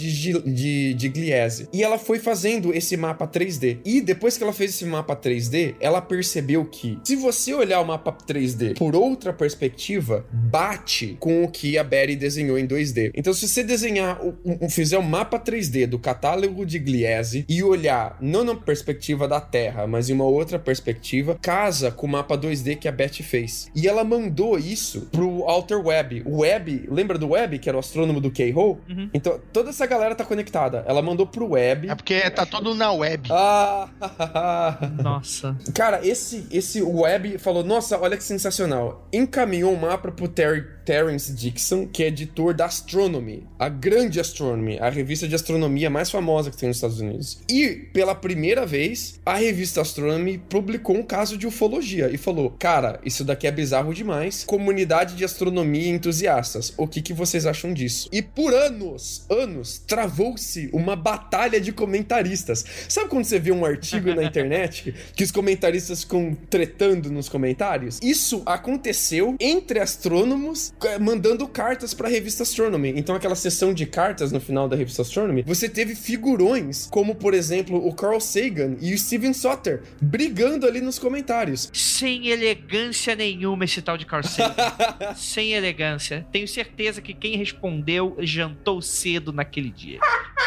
de Gliese. E ela foi fazendo esse mapa 3D. E depois que ela fez esse mapa 3D, ela percebeu que, se você olhar o mapa 3D por outra perspectiva, bate com o que a Betty desenhou em 2D. Então, se você desenhar, fizer um mapa 3D do catálogo de Gliese e olhar não na perspectiva da Terra, mas em uma outra perspectiva, casa com o mapa 2D que a Betty fez. E ela mandou isso pro Outer Web. O Web, lembra do Web, que era o astrônomo do Keyhole? Uhum. Então, toda essa galera tá conectada. Ela mandou pro Web. É porque tá todo na Web. Nossa. Cara, esse Web falou, nossa, olha que sensacional. Encaminhou desenhou um mapa pro Terence Dixon, que é editor da Astronomy, a grande Astronomy, a revista de astronomia mais famosa que tem nos Estados Unidos. E, pela primeira vez, a revista Astronomy publicou um caso de ufologia e falou, cara, isso daqui é bizarro demais, comunidade de astronomia e entusiastas, o que vocês acham disso? E por anos, travou-se uma batalha de comentaristas. Sabe quando você vê um artigo na internet que os comentaristas ficam tretando nos comentários? Isso aconteceu entre astrônomos mandando cartas pra revista Astronomy. Então aquela sessão de cartas no final da revista Astronomy, você teve figurões como, por exemplo, o Carl Sagan e o Steven Soter brigando ali nos comentários. Sem elegância nenhuma esse tal de Carl Sagan. Sem elegância. Tenho certeza que quem respondeu jantou cedo naquele dia.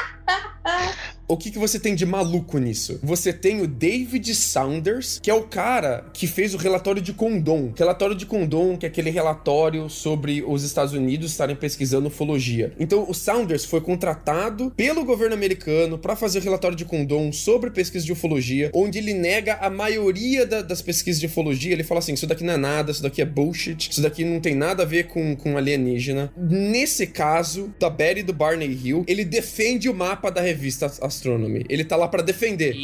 O que você tem de maluco nisso? Você tem o David Saunders, que é o cara que fez o relatório de Condon. Relatório de Condon, que é aquele relatório sobre os Estados Unidos estarem pesquisando ufologia. Então, o Saunders foi contratado pelo governo americano para fazer o relatório de Condon sobre pesquisa de ufologia, onde ele nega a maioria das pesquisas de ufologia. Ele fala assim, isso daqui não é nada, isso daqui é bullshit, isso daqui não tem nada a ver com alienígena. Nesse caso, da Betty e do Barney Hill, ele defende o mapa da revista Astronomy. Ele tá lá pra defender.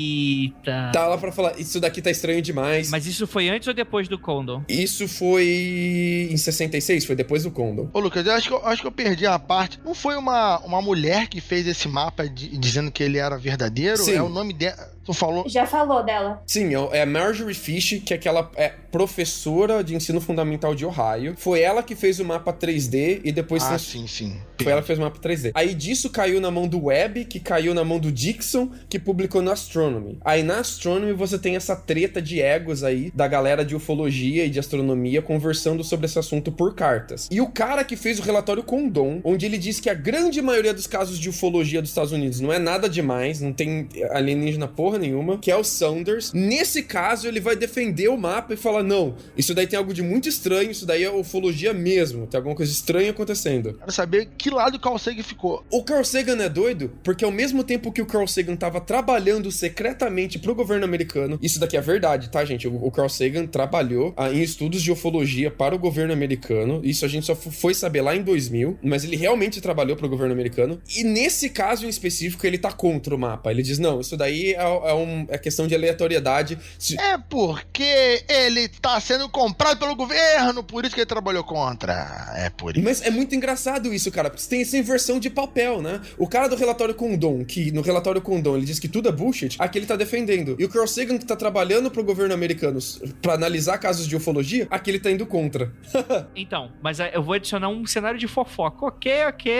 Eita. Tá lá pra falar, isso daqui tá estranho demais. Mas isso foi antes ou depois do Condon? Isso foi em 66, foi depois do Condon. Ô, Lucas, eu acho que eu perdi a parte. Não foi uma mulher que fez esse mapa dizendo que ele era verdadeiro? Sim. É o nome dela. Tu falou? Já falou dela. Sim, é Marjorie Fish, que é aquela professora de ensino fundamental de Ohio. Foi ela que fez o mapa 3D e depois... sim. Foi ela que fez o mapa 3D. Aí disso caiu na mão do Webb, que caiu na mão do Dixon, que publicou na Astronomy. Aí na Astronomy você tem essa treta de egos aí, da galera de ufologia e de astronomia conversando sobre esse assunto por cartas. E o cara que fez o relatório Condon, onde ele diz que a grande maioria dos casos de ufologia dos Estados Unidos não é nada demais, não tem alienígena porra nenhuma, que é o Saunders. Nesse caso, ele vai defender o mapa e falar, não, isso daí tem algo de muito estranho, isso daí é ufologia mesmo, tem alguma coisa estranha acontecendo. Quero saber que lado o Carl Sagan ficou. O Carl Sagan é doido, porque ao mesmo tempo que o Carl Sagan tava trabalhando secretamente pro governo americano, isso daqui é verdade, tá, gente? O Carl Sagan trabalhou em estudos de ufologia para o governo americano, isso a gente só foi saber lá em 2000, mas ele realmente trabalhou pro governo americano, e nesse caso em específico, ele tá contra o mapa. Ele diz, não, isso daí é questão de aleatoriedade. É porque ele tá sendo comprado pelo governo, por isso que ele trabalhou contra. É por isso. Mas é muito engraçado isso, cara, porque você tem essa inversão de papel, né? O cara do relatório Condon, que no relatório Condon ele diz que tudo é bullshit, aqui ele tá defendendo. E o Carl Sagan, que tá trabalhando pro governo americano pra analisar casos de ufologia, aqui ele tá indo contra. Então, mas eu vou adicionar um cenário de fofoca. Ok,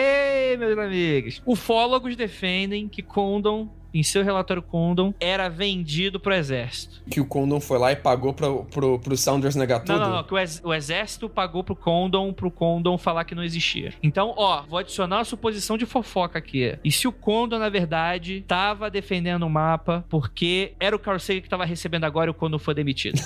meus amigos. Ufólogos defendem que Condon, em seu relatório Condon, era vendido pro exército. Que o Condon foi lá e pagou pro Saunders negar tudo? Não, que o exército pagou pro Condon falar que não existia. Então, vou adicionar a suposição de fofoca aqui. E se o Condon, na verdade, tava defendendo o mapa porque era o Carl Sagan que tava recebendo agora e o Condon foi demitido?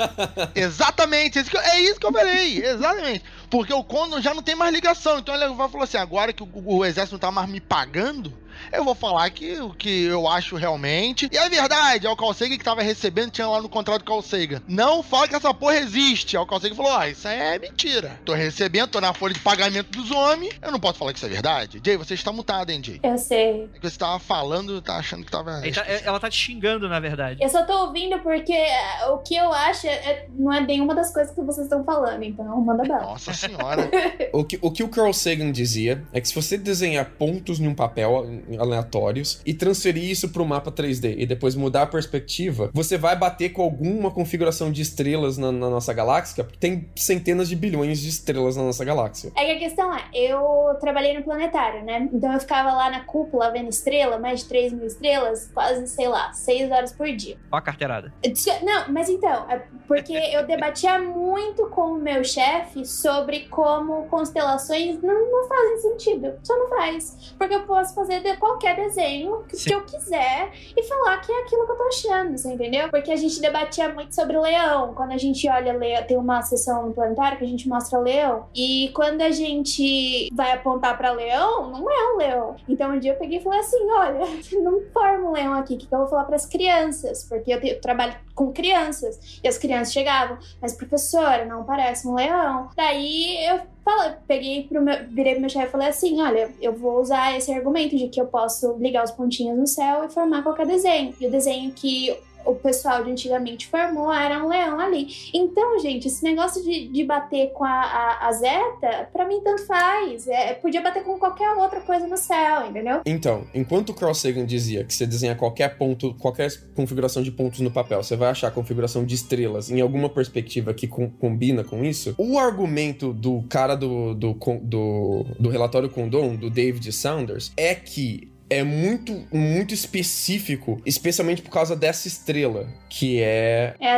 Exatamente, é isso que eu falei, exatamente. Porque o Condon já não tem mais ligação, então ele vai falar assim, agora que o exército não tá mais me pagando, eu vou falar que o que eu acho realmente. E é verdade, é o Carl Sagan que tava recebendo, tinha lá no contrato do Carl Sagan. Não fala que essa porra existe. Aí o Carl Sagan falou, isso aí é mentira. Tô recebendo, tô na folha de pagamento dos homens. Eu não posso falar que isso é verdade. Jay, você está mutado, hein, Jay? Eu sei. É que você tava falando, tá achando que tava... Ela tá te xingando, na verdade. Eu só tô ouvindo porque o que eu acho não é nenhuma das coisas que vocês estão falando, então manda bala. Nossa senhora. O que o Carl Sagan dizia é que se você desenhar pontos em um papel aleatórios e transferir isso pro mapa 3D e depois mudar a perspectiva, você vai bater com alguma configuração de estrelas na nossa galáxia, porque tem centenas de bilhões de estrelas na nossa galáxia. É que a questão eu trabalhei no planetário, né? Então eu ficava lá na cúpula vendo estrela, mais de 3 mil estrelas, quase, 6 horas por dia. Ó a carteirada. Não, mas então, é porque eu debatia muito com o meu chefe sobre como constelações não fazem sentido. Só não faz. Porque eu posso fazer fazer qualquer desenho que eu quiser e falar que é aquilo que eu tô achando, você entendeu? Porque a gente debatia muito sobre leão. Quando a gente olha leão, tem uma sessão no planetário que a gente mostra leão, e quando a gente vai apontar pra leão, não é um leão. Então um dia eu peguei e falei assim, olha, não forma um leão aqui, o que eu vou falar pras crianças? Porque eu trabalho com crianças, e as crianças chegavam, mas professora, não parece um leão. Daí eu virei pro meu chefe e falei assim, olha, eu vou usar esse argumento de que eu posso ligar os pontinhos no céu e formar qualquer desenho. E o desenho que o pessoal de antigamente formou era um leão ali. Então, gente, esse negócio de bater com a Zeta, pra mim tanto faz. Podia bater com qualquer outra coisa no céu, entendeu? Então, enquanto o Carl Sagan dizia que você desenha qualquer ponto, qualquer configuração de pontos no papel, você vai achar a configuração de estrelas em alguma perspectiva que combina com isso, o argumento do cara do relatório Condon, do David Saunders, é que é muito específico, especialmente por causa dessa estrela, que é... É a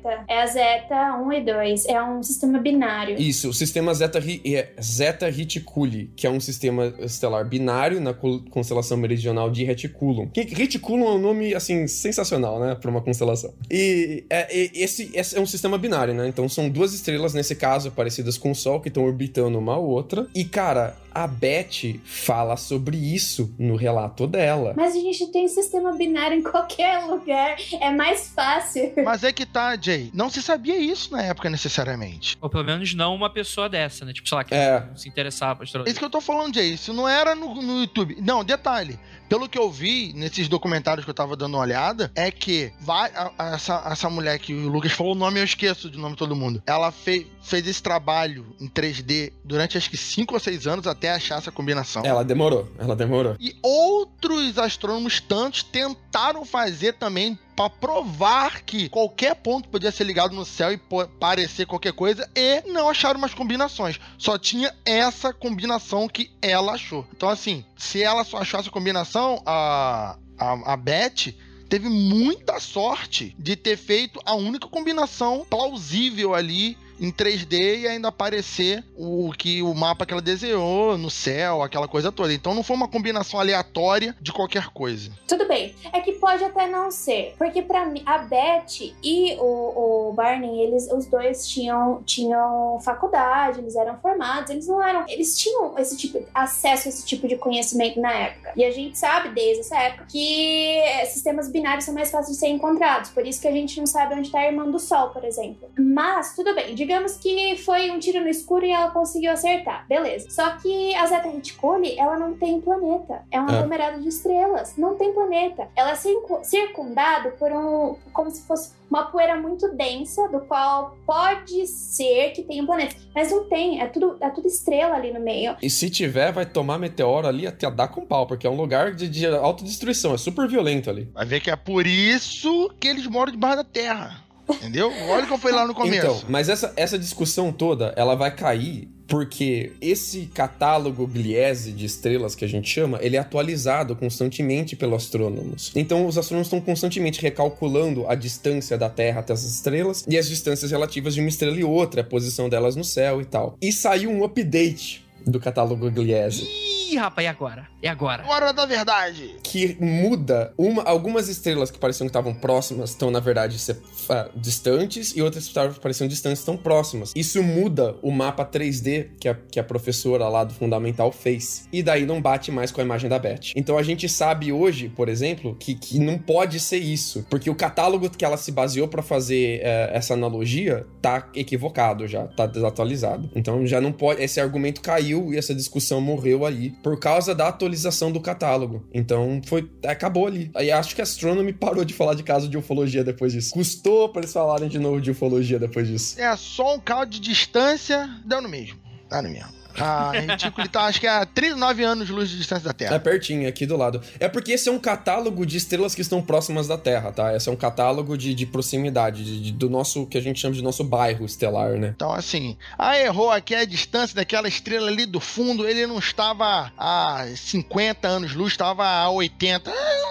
Zeta 1 e 2, é um sistema binário. Isso, o sistema Zeta Reticuli, que é um sistema estelar binário na constelação meridional de Reticulum. Reticulum é um nome, assim, sensacional, né, pra uma constelação. E esse é um sistema binário, né, então são duas estrelas, nesse caso, parecidas com o Sol, que estão orbitando uma a outra. E, cara, a Beth fala sobre isso no relato dela. Mas a gente tem sistema binário em qualquer lugar. É mais fácil. Mas é que tá, Jay. Não se sabia isso na época, necessariamente. Ou pelo menos não uma pessoa dessa, né? Tipo, sei lá, que não se interessava por astrologia. Isso que eu tô falando, Jay. Isso não era no YouTube. Não, detalhe. Pelo que eu vi nesses documentários que eu tava dando uma olhada, é que essa mulher que o Lucas falou o nome, eu esqueço de nome de todo mundo. Ela fez esse trabalho em 3D durante acho que 5 ou 6 anos até achar essa combinação. Ela demorou. E outros astrônomos tantos tentaram fazer também para provar que qualquer ponto podia ser ligado no céu e parecer qualquer coisa, e não acharam umas combinações. Só tinha essa combinação que ela achou. Então, assim, se ela só achou essa combinação, a Beth teve muita sorte de ter feito a única combinação plausível ali em 3D e ainda aparecer o mapa que ela desenhou no céu, aquela coisa toda. Então não foi uma combinação aleatória de qualquer coisa. Tudo bem. É que pode até não ser. Porque pra mim, a Beth e o Barney, os dois tinham faculdade, eles eram formados, eles tinham acesso a esse tipo de conhecimento na época. E a gente sabe desde essa época que sistemas binários são mais fáceis de ser encontrados. Por isso que a gente não sabe onde está a irmã do Sol, por exemplo. Mas, tudo bem. Digamos que foi um tiro no escuro e ela conseguiu acertar. Beleza. Só que a Zeta Reticuli, ela não tem planeta. É um aglomerado de estrelas. Não tem planeta. Ela é circundada por como se fosse uma poeira muito densa, do qual pode ser que tenha um planeta. Mas não tem. É tudo estrela ali no meio. E se tiver, vai tomar meteoro ali até dar com pau, porque é um lugar de autodestruição. É super violento ali. Vai ver que é por isso que eles moram debaixo da terra. Entendeu? Olha como foi lá no começo. Então, mas essa discussão toda, ela vai cair porque esse catálogo Gliese de estrelas que a gente chama, ele é atualizado constantemente pelos astrônomos. Então, os astrônomos estão constantemente recalculando a distância da Terra até essas estrelas e as distâncias relativas de uma estrela e outra, a posição delas no céu e tal. E saiu um update do catálogo Gliese. Ih, rapaz, e agora? Hora da verdade! Que muda algumas estrelas que pareciam que estavam próximas estão, na verdade, distantes, e outras que pareciam distantes estão próximas. Isso muda o mapa 3D que a professora lá do Fundamental fez. E daí não bate mais com a imagem da Beth. Então a gente sabe hoje, por exemplo, que não pode ser isso. Porque o catálogo que ela se baseou pra fazer essa analogia tá equivocado já, tá desatualizado. Então já não pode, esse argumento caiu e essa discussão morreu aí por causa da atualização do catálogo. Então acabou ali. Aí acho que a Astronomy parou de falar de caso de ufologia depois disso. Custou pra eles falarem de novo de ufologia depois disso. É só um carro de distância, deu no mesmo. Dá no mesmo. A Reticuli tá, acho que é a 39 anos-luz de distância da Terra. É pertinho, aqui do lado. É porque esse é um catálogo de estrelas que estão próximas da Terra, tá? Esse é um catálogo de proximidade, do nosso, que a gente chama de nosso bairro estelar, né? Então, assim, errou aqui a distância daquela estrela ali do fundo, ele não estava a 50 anos-luz, estava a 80. Não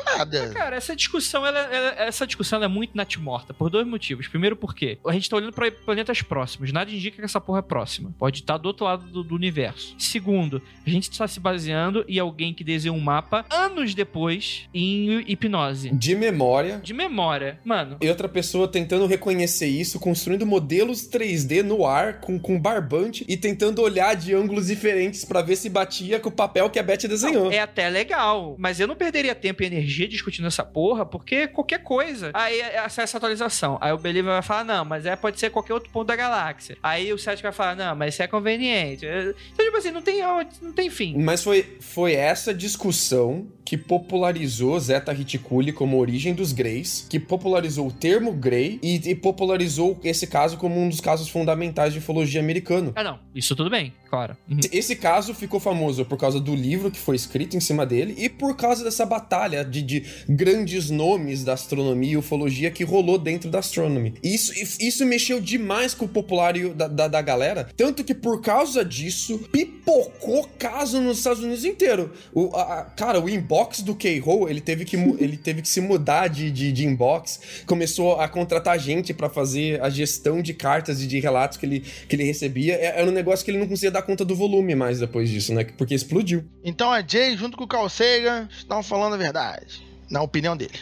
nada. Cara, essa discussão ela é muito natimorta, por dois motivos. Primeiro, porque a gente tá olhando pra planetas próximos. Nada indica que essa porra é próxima. Pode estar do outro lado do universo. Segundo, a gente está se baseando em alguém que desenhou um mapa anos depois em hipnose. De memória. De memória. Mano. E outra pessoa tentando reconhecer isso, construindo modelos 3D no ar, com barbante, e tentando olhar de ângulos diferentes pra ver se batia com o papel que a Beth desenhou. É até legal, mas eu não perderia tempo e energia discutindo essa porra, porque qualquer coisa. Aí essa atualização. Aí o Believer vai falar, não, mas pode ser qualquer outro ponto da galáxia. Aí o Cético vai falar, não, mas isso é conveniente. Então, tipo assim, não tem fim. Mas foi essa discussão que popularizou Zeta Reticuli como origem dos Greys, que popularizou o termo Grey e popularizou esse caso como um dos casos fundamentais de ufologia americano. Ah, não. Isso tudo bem, claro. Uhum. Esse caso ficou famoso por causa do livro que foi escrito em cima dele e por causa dessa batalha de grandes nomes da astronomia e ufologia que rolou dentro da Astronomy. Isso mexeu demais com o populário da galera, tanto que por causa disso pipocou caso nos Estados Unidos inteiro. Cara, o inbox do K-Hole, ele teve que se mudar de inbox, começou a contratar gente pra fazer a gestão de cartas e de relatos que ele recebia. Era um negócio que ele não conseguia dar conta do volume mais depois disso, né? Porque explodiu. Então a Jay, junto com o Carl Sagan, estão falando a verdade, na opinião dele.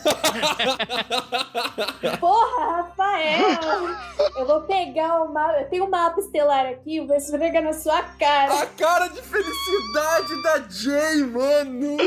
Porra, Rafael! Eu vou pegar o mapa. Eu tenho um mapa estelar aqui, vou esfregar na sua cara. A cara de felicidade da Jay, mano!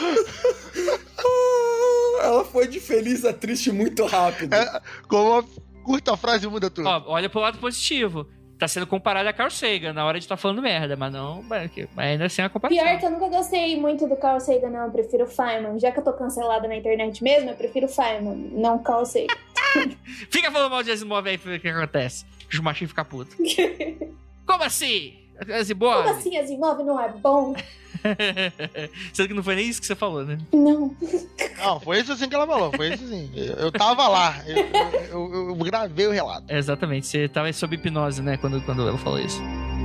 Ela foi de feliz a triste muito rápido. Com uma curta frase muda tudo. Ó, olha pro lado positivo. Tá sendo comparado a Carl Sagan na hora de estar falando merda, mas não. Mas ainda assim é uma comparação. Pior que eu nunca gostei muito do Carl Sagan, não. Eu prefiro o Feynman. Já que eu tô cancelada na internet mesmo, eu prefiro o Feynman, não o Carl Sagan. Fica falando mal de Asimov aí, o que acontece? Os machinhos ficam putos. Como assim? Asimov? Como assim Asimov não é bom? Sendo que não foi nem isso que você falou, né? Não. Não, foi isso assim que ela falou. Foi isso assim. Eu tava lá. Eu gravei o relato. Exatamente. Você tava sob hipnose, né? Quando ela falou isso.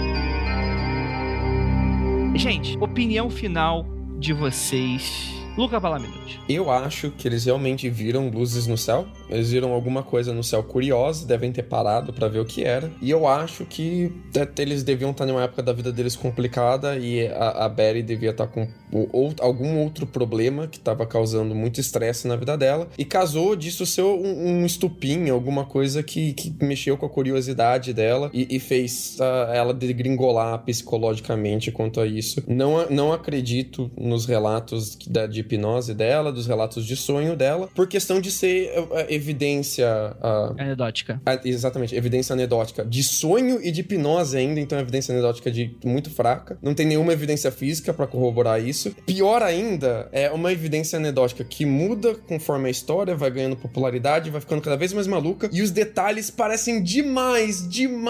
Gente, opinião final de vocês. Luca Palaminuti. Eu acho que eles realmente viram luzes no céu. Eles viram alguma coisa no céu curiosa, devem ter parado pra ver o que era. E eu acho que eles deviam estar numa época da vida deles complicada e a Betty devia estar com algum outro problema que estava causando muito estresse na vida dela. E casou disso ser um estupim, alguma coisa que mexeu com a curiosidade dela e fez ela degringolar psicologicamente quanto a isso. Não acredito nos relatos de hipnose dela, dos relatos de sonho dela, por questão de ser evidência... anedótica. Exatamente, evidência anedótica de sonho e de hipnose ainda, então é evidência anedótica muito fraca. Não tem nenhuma evidência física pra corroborar isso. Pior ainda, é uma evidência anedótica que muda conforme a história, vai ganhando popularidade, vai ficando cada vez mais maluca, e os detalhes parecem demais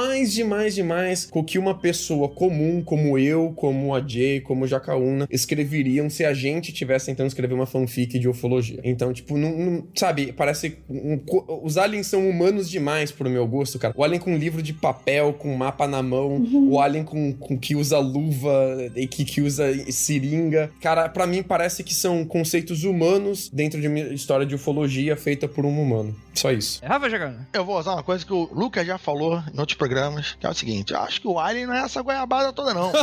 com o que uma pessoa comum, como eu, como a Jay, como o Jacaúna, escreveriam se a gente tivesse tentando escrever uma fanfic de ufologia. Então, tipo, não sabe, parece... os aliens são humanos demais pro meu gosto, cara. O alien com livro de papel, com mapa na mão, o alien com que usa luva e que usa seringa. Cara, pra mim parece que são conceitos humanos dentro de uma história de ufologia feita por um humano. Só isso. Rafa Jagana. Eu vou usar uma coisa que o Lucas já falou em outros programas, que é o seguinte: eu acho que o alien não é essa goiabada toda, não.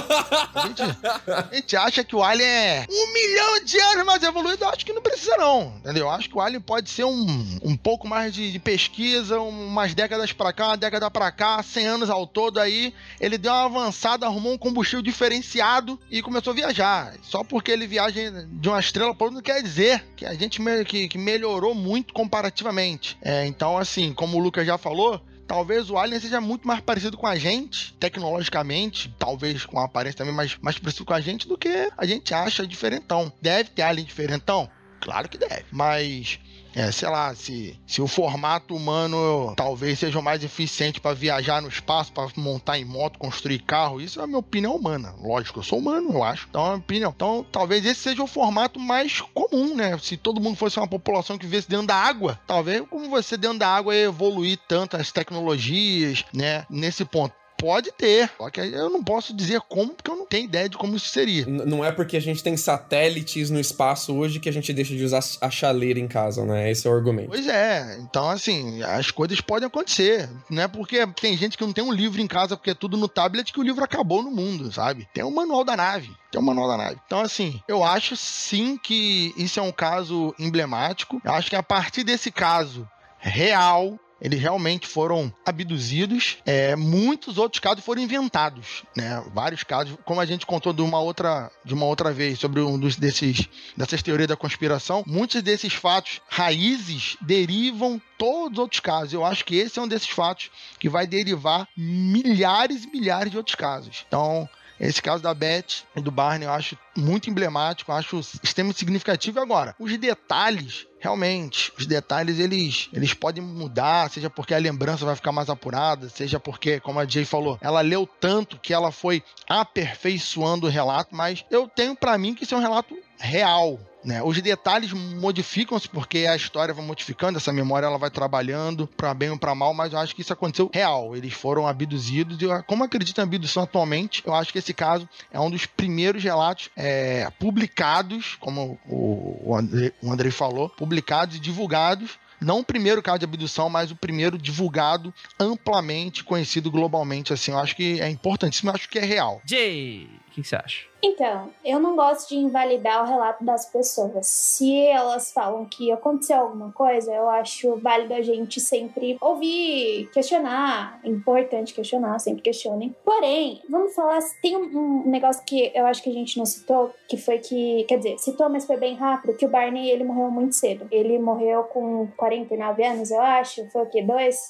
A gente acha que o alien é 1 milhão de anos mais evoluído. Eu acho que não precisa, não. Entendeu? Eu acho que o alien pode ser um pouco mais de pesquisa, umas décadas pra cá, uma década pra cá, 100 anos ao todo aí. Ele deu uma avançada, arrumou um combustível diferenciado e começou a viajar. Só porque ele viaja de uma estrela para outra não quer dizer que a gente que melhorou muito comparativamente. Então, assim, como o Lucas já falou, talvez o alien seja muito mais parecido com a gente, tecnologicamente, talvez com a aparência também mais parecido com a gente do que a gente acha diferentão. Deve ter alien diferentão? Claro que deve, mas... sei lá, se o formato humano talvez seja o mais eficiente para viajar no espaço, para montar em moto, construir carro, isso é a minha opinião humana. Lógico, eu sou humano, eu acho. Então é a minha opinião. Então talvez esse seja o formato mais comum, né? Se todo mundo fosse uma população que vivesse dentro da água, talvez como você dentro da água ia evoluir tanto as tecnologias, né? Nesse ponto. Pode ter, só que eu não posso dizer como, porque eu não tenho ideia de como isso seria. Não é porque a gente tem satélites no espaço hoje que a gente deixa de usar a chaleira em casa, né? Esse é o argumento. Pois é, então assim, as coisas podem acontecer. Não é porque tem gente que não tem um livro em casa porque é tudo no tablet que o livro acabou no mundo, sabe? Tem o manual da nave. Então, assim, eu acho sim que isso é um caso emblemático. Eu acho que a partir desse caso real, eles realmente foram abduzidos. Muitos outros casos foram inventados, né? Vários casos, como a gente contou de uma outra vez sobre dessas teorias da conspiração, muitos desses fatos raízes derivam todos os outros casos. Eu acho que esse é um desses fatos que vai derivar milhares e milhares de outros casos. Então, esse caso da Beth e do Barney eu acho muito emblemático, eu acho extremamente significativo. Agora, os detalhes, realmente, eles podem mudar, seja porque a lembrança vai ficar mais apurada, seja porque, como a Jay falou, ela leu tanto que ela foi aperfeiçoando o relato, mas eu tenho pra mim que isso é um relato real, né? Os detalhes modificam-se porque a história vai modificando, essa memória ela vai trabalhando para bem ou para mal, mas eu acho que isso aconteceu real. Eles foram abduzidos e como acredito em abdução atualmente, eu acho que esse caso é um dos primeiros relatos publicados, como o Andrei falou, publicados e divulgados. Não o primeiro caso de abdução, mas o primeiro divulgado, amplamente conhecido globalmente, assim. Eu acho que é importantíssimo, eu acho que é real. Jay, o que você acha? Então, eu não gosto de invalidar o relato das pessoas. Se elas falam que aconteceu alguma coisa, eu acho válido a gente sempre ouvir, questionar. É importante questionar, sempre questionem. Porém, vamos falar, tem um negócio que eu acho que a gente não citou, que foi que, quer dizer, citou, mas foi bem rápido, que o Barney, ele morreu muito cedo. Ele morreu com 49 anos, eu acho. Foi o quê?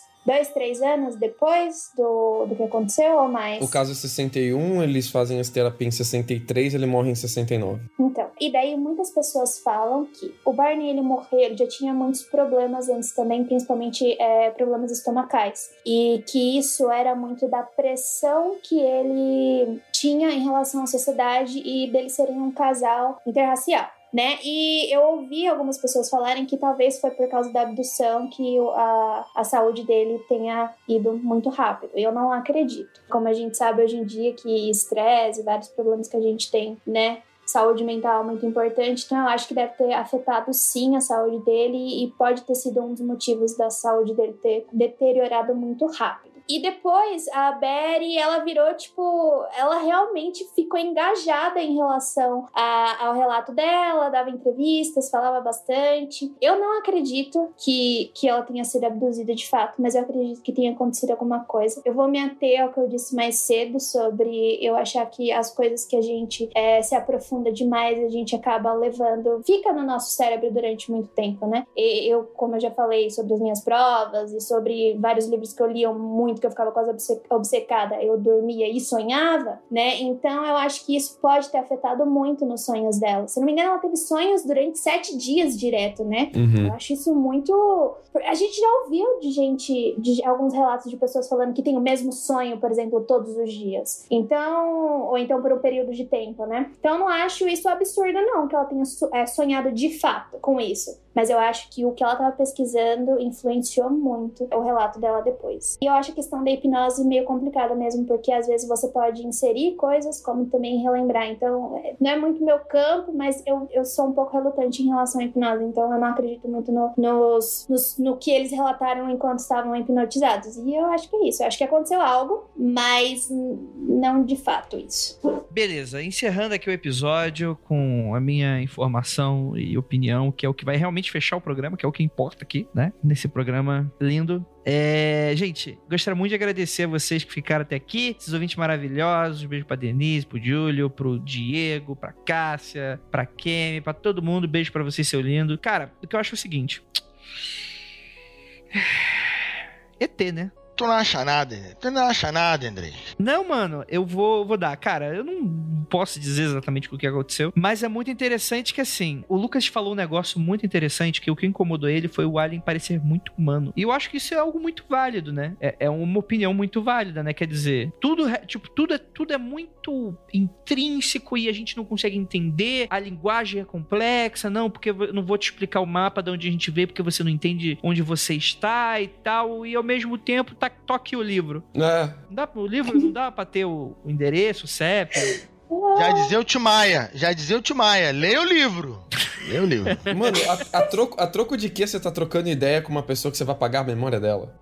2-3 anos depois do que aconteceu ou mais? O caso é 61, eles fazem as terapias em 63, ele morre em 69. Então, e daí muitas pessoas falam que o Barney, ele morreu, ele já tinha muitos problemas antes também, principalmente problemas estomacais. E que isso era muito da pressão que ele tinha em relação à sociedade e deles serem um casal interracial, né? E eu ouvi algumas pessoas falarem que talvez foi por causa da abdução que a saúde dele tenha ido muito rápido. Eu não acredito. Como a gente sabe hoje em dia que estresse e vários problemas que a gente tem, né? Saúde mental é muito importante, então eu acho que deve ter afetado sim a saúde dele e pode ter sido um dos motivos da saúde dele ter deteriorado muito rápido. E depois a Betty, ela virou, tipo, ela realmente ficou engajada em relação ao relato dela, dava entrevistas, falava bastante. Eu não acredito que ela tenha sido abduzida de fato, mas eu acredito que tenha acontecido alguma coisa. Eu vou me ater ao que eu disse mais cedo sobre eu achar que as coisas que a gente se aprofunda demais, a gente acaba levando, fica no nosso cérebro durante muito tempo, né? E eu, como eu já falei sobre as minhas provas e sobre vários livros que eu lia muito, que eu ficava quase obcecada, eu dormia e sonhava, né? Então eu acho que isso pode ter afetado muito nos sonhos dela. Se não me engano, ela teve sonhos durante 7 dias direto, né? Uhum. Eu acho isso muito... A gente já ouviu de alguns relatos de pessoas falando que tem o mesmo sonho, por exemplo, todos os dias. Então, ou então por um período de tempo, né? Então eu não acho isso absurdo, não, que ela tenha sonhado de fato com isso. Mas eu acho que o que ela estava pesquisando influenciou muito o relato dela depois. E eu acho a questão da hipnose meio complicada mesmo, porque às vezes você pode inserir coisas, como também relembrar. Então, não é muito meu campo, mas eu sou um pouco relutante em relação à hipnose. Então, eu não acredito muito no que eles relataram enquanto estavam hipnotizados. E eu acho que é isso. Eu acho que aconteceu algo, mas não de fato isso. Beleza, encerrando aqui o episódio com a minha informação e opinião, que é o que vai realmente fechar o programa, que é o que importa aqui, né? Nesse programa lindo. Gente, gostaria muito de agradecer a vocês que ficaram até aqui, esses ouvintes maravilhosos. Beijo pra Denise, pro Júlio, pro Diego, pra Cássia, pra Kemi, pra todo mundo. Beijo pra vocês, seu lindo. Cara, o que eu acho é o seguinte... ET, né? Tu não acha nada, André. Não, mano, eu vou dar. Cara, eu não posso dizer exatamente o que aconteceu, mas é muito interessante que, assim, o Lucas falou um negócio muito interessante, que o que incomodou ele foi o alien parecer muito humano. E eu acho que isso é algo muito válido, né? É uma opinião muito válida, né? Quer dizer, tudo é muito intrínseco e a gente não consegue entender, a linguagem é complexa, não, porque eu não vou te explicar o mapa de onde a gente veio, porque você não entende onde você está e tal, e ao mesmo tempo tá toque o livro. É. O livro não dá pra ter o endereço, o CEP. Já dizia o Timaya, leia o livro. Mano, a troco de que você tá trocando ideia com uma pessoa que você vai pagar a memória dela?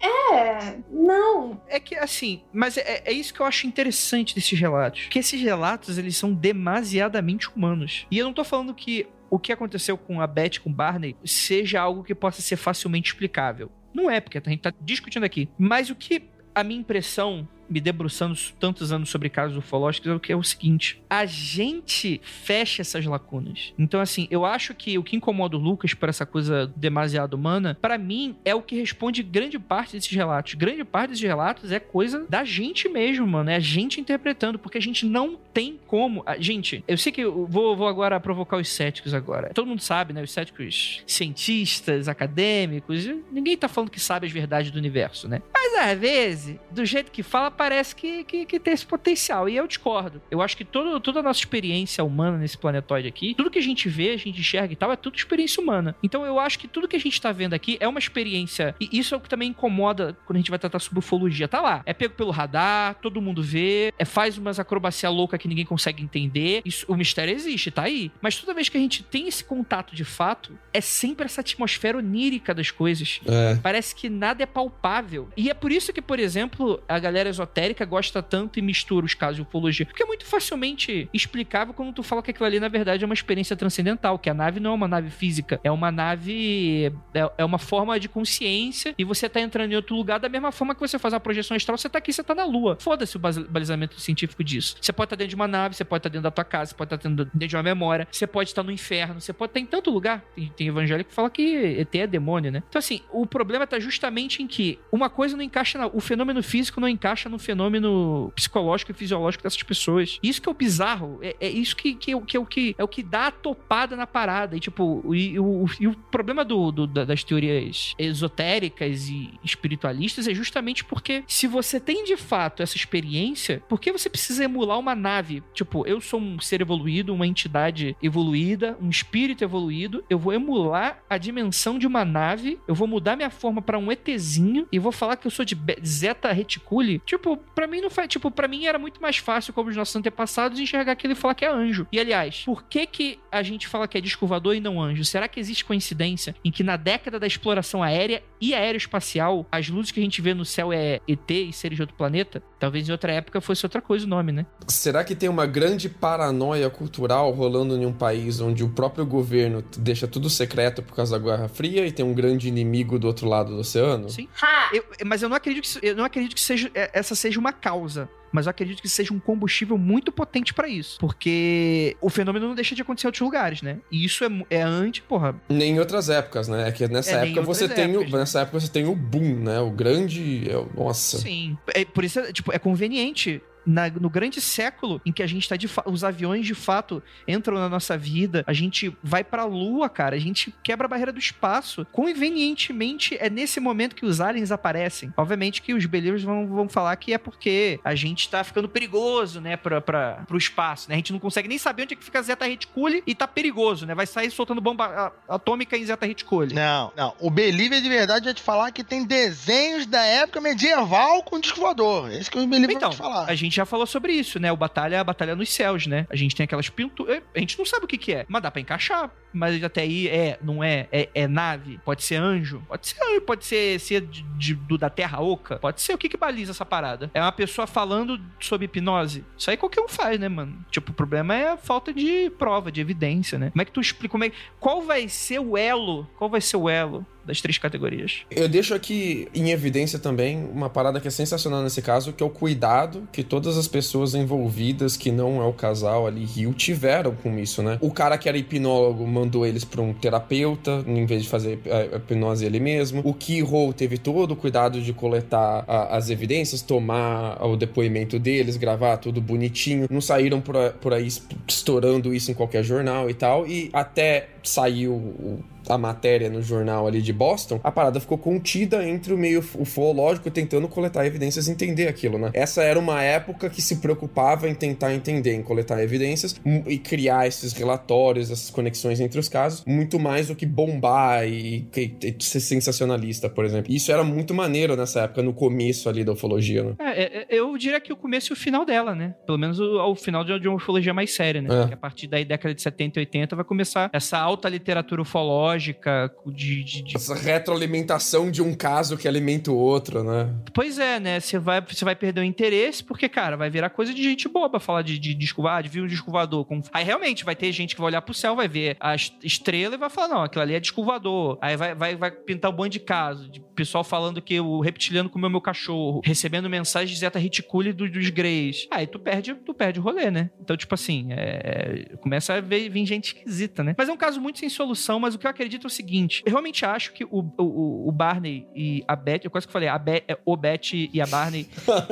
Não. É que, assim, mas é isso que eu acho interessante desses relatos. Que esses relatos, eles são demasiadamente humanos. E eu não tô falando que o que aconteceu com a Beth, com o Barney, seja algo que possa ser facilmente explicável. Não é, porque a gente tá discutindo aqui. Mas o que a minha impressão, me debruçando tantos anos sobre casos ufológicos, é o seguinte: a gente fecha essas lacunas. Então, assim, eu acho que o que incomoda o Lucas por essa coisa demasiado humana, pra mim, é o que responde grande parte desses relatos. Grande parte desses relatos é coisa da gente mesmo, mano. É a gente interpretando, porque a gente não tem como. Gente, eu sei que eu vou agora provocar os céticos agora. Todo mundo sabe, né? Os céticos cientistas, acadêmicos, ninguém tá falando que sabe as verdades do universo, né? Mas, às vezes, do jeito que fala, parece que tem esse potencial. E eu discordo. Eu acho que toda a nossa experiência humana nesse planetoide aqui, tudo que a gente vê, a gente enxerga e tal, é tudo experiência humana. Então eu acho que tudo que a gente tá vendo aqui é uma experiência. E isso é o que também incomoda quando a gente vai tratar sobre ufologia. Tá lá. É pego pelo radar, todo mundo vê, faz umas acrobacia louca que ninguém consegue entender. O mistério existe, tá aí. Mas toda vez que a gente tem esse contato de fato, é sempre essa atmosfera onírica das coisas. Parece que nada é palpável. E é por isso que, por exemplo, a galera esotérica gosta tanto e mistura os casos de ufologia, porque é muito facilmente explicável quando tu fala que aquilo ali, na verdade, é uma experiência transcendental, que a nave não é uma nave física, é uma nave, é uma forma de consciência, e você tá entrando em outro lugar da mesma forma que você faz uma projeção astral, você tá aqui, você tá na Lua. Foda-se o balizamento científico disso. Você pode estar dentro de uma nave, você pode estar dentro da tua casa, você pode estar dentro de uma memória, você pode estar no inferno, você pode estar em tanto lugar. Tem evangélico que fala que ET é demônio, né? Então, assim, o problema tá justamente em que uma coisa não encaixa, o fenômeno físico não encaixa no fenômeno psicológico e fisiológico dessas pessoas. Isso que é o bizarro. É isso que é o que dá a topada na parada. E, tipo, o problema das teorias esotéricas e espiritualistas é justamente porque se você tem de fato essa experiência, por que você precisa emular uma nave? Tipo, eu sou um ser evoluído, uma entidade evoluída, um espírito evoluído, eu vou emular a dimensão de uma nave, eu vou mudar minha forma pra um ETzinho e vou falar que eu sou de Zeta Reticuli. Tipo, pra mim não faz. Tipo, pra mim era muito mais fácil, como os nossos antepassados, enxergar aquilo e falar que é anjo. E aliás, por que a gente fala que é disco voador e não anjo? Será que existe coincidência em que na década da exploração aérea e aeroespacial, as luzes que a gente vê no céu é ET e seres de outro planeta? Talvez em outra época fosse outra coisa o nome, né? Será que tem uma grande paranoia cultural rolando em um país onde o próprio governo deixa tudo secreto por causa da Guerra Fria e tem um grande inimigo do outro lado do oceano? Sim. Mas eu não acredito que essa seja uma causa. Mas eu acredito que seja um combustível muito potente pra isso. Porque o fenômeno não deixa de acontecer em outros lugares, né? E isso é porra... Nem em outras épocas, né? É que nessa época você tem o boom, né? O grande... Nossa. Sim. Por isso, é conveniente... No grande século em que a gente tá os aviões de fato entram na nossa vida, a gente vai pra Lua, cara, a gente quebra a barreira do espaço. Convenientemente, é nesse momento que os aliens aparecem. Obviamente que os believers vão falar que é porque a gente tá ficando perigoso, né, pro espaço, né? A gente não consegue nem saber onde é que fica Zeta Reticuli e tá perigoso, né? Vai sair soltando bomba atômica em Zeta Reticuli. Não. O believer de verdade vai te falar que tem desenhos da época medieval com disco voador. Esse que o believer vai te falar. A gente já falou sobre isso, né? A batalha nos céus, né? A gente tem aquelas pinturas... A gente não sabe o que é, mas dá pra encaixar. Mas até aí não é nave, pode ser anjo, pode ser da Terra Oca, pode ser. O que baliza essa parada? É uma pessoa falando sobre hipnose? Isso aí qualquer um faz, né, mano? Tipo, o problema é a falta de prova, de evidência, né? Como é que tu explica? Qual vai ser o elo das três categorias? Eu deixo aqui em evidência também uma parada que é sensacional nesse caso, que é o cuidado que todas as pessoas envolvidas, que não é o casal ali, Rio, tiveram com isso, né? O cara que era hipnólogo mandou eles pra um terapeuta, em vez de fazer a hipnose ele mesmo. O Keyhole teve todo o cuidado de coletar as evidências, tomar o depoimento deles, gravar tudo bonitinho. Não saíram por aí estourando isso em qualquer jornal e tal. E até saiu a matéria no jornal ali de Boston, a parada ficou contida entre o meio ufológico tentando coletar evidências e entender aquilo, né? Essa era uma época que se preocupava em tentar entender, em coletar evidências e criar esses relatórios, essas conexões entre os casos, muito mais do que bombar e ser sensacionalista, por exemplo. Isso era muito maneiro nessa época, no começo ali da ufologia, né? Eu diria que o começo e o final dela, né? Pelo menos o final de uma ufologia mais séria, né? Porque a partir da década de 70 e 80 vai começar essa alta literatura ufológica essa retroalimentação de um caso que alimenta o outro, né? Pois é, né? Você vai perder o interesse porque, cara, vai virar coisa de gente boba falar de disco voador. Aí realmente vai ter gente que vai olhar pro céu, vai ver a estrela e vai falar, não, aquilo ali é disco voador. Aí vai pintar um bando de casos, de pessoal falando que o reptiliano comeu meu cachorro, recebendo mensagens de Zeta Reticuli dos Greys. Aí tu perde o rolê, né? Então, tipo assim, começa a vir gente esquisita, né? Mas é um caso muito sem solução, mas o que eu acredito é o seguinte, eu realmente acho que o Barney e a Beth, eu quase que falei, o Beth e a Barney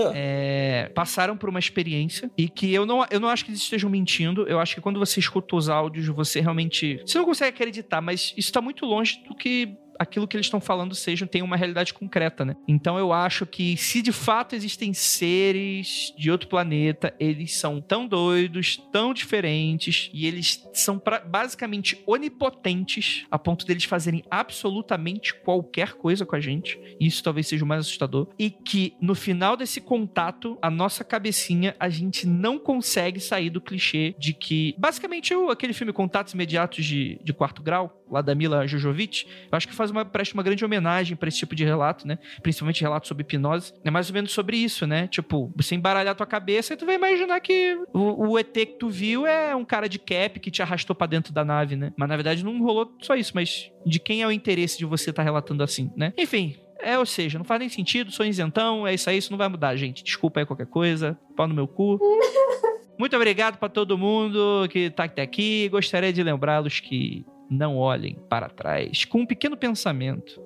passaram por uma experiência e que eu não acho que eles estejam mentindo, eu acho que quando você escuta os áudios, você não consegue acreditar, mas isso tá muito longe do que aquilo que eles estão falando tem uma realidade concreta, né? Então eu acho que se de fato existem seres de outro planeta, eles são tão doidos, tão diferentes, e eles são basicamente onipotentes a ponto deles fazerem absolutamente qualquer coisa com a gente. Isso talvez seja o mais assustador. E que no final desse contato, a nossa cabecinha, a gente não consegue sair do clichê de que, basicamente, aquele filme Contatos Imediatos de Quarto Grau, lá da Mila Jovovich, eu acho que presta uma grande homenagem pra esse tipo de relato, né? Principalmente relato sobre hipnose. É mais ou menos sobre isso, né? Tipo, você embaralhar tua cabeça e tu vai imaginar que o ET que tu viu é um cara de cap que te arrastou pra dentro da nave, né? Mas na verdade não rolou só isso, mas de quem é o interesse de você estar relatando assim, né? Enfim, ou seja, não faz nem sentido, sou isentão, é isso aí, isso não vai mudar, gente. Desculpa aí qualquer coisa, pau no meu cu. Muito obrigado pra todo mundo que tá até aqui. Gostaria de lembrá-los que não olhem para trás com um pequeno pensamento.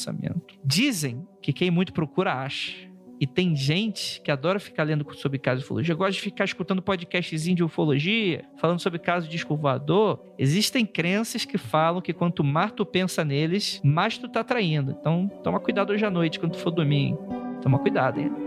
Dizem que quem muito procura acha. E tem gente que adora ficar lendo sobre casos de ufologia, gosta de ficar escutando podcastzinho de ufologia, falando sobre casos de disco voador. Existem crenças que falam que quanto mais tu pensa neles, mais tu tá atraindo. Então, toma cuidado hoje à noite, quando tu for dormir, hein? Toma cuidado, hein?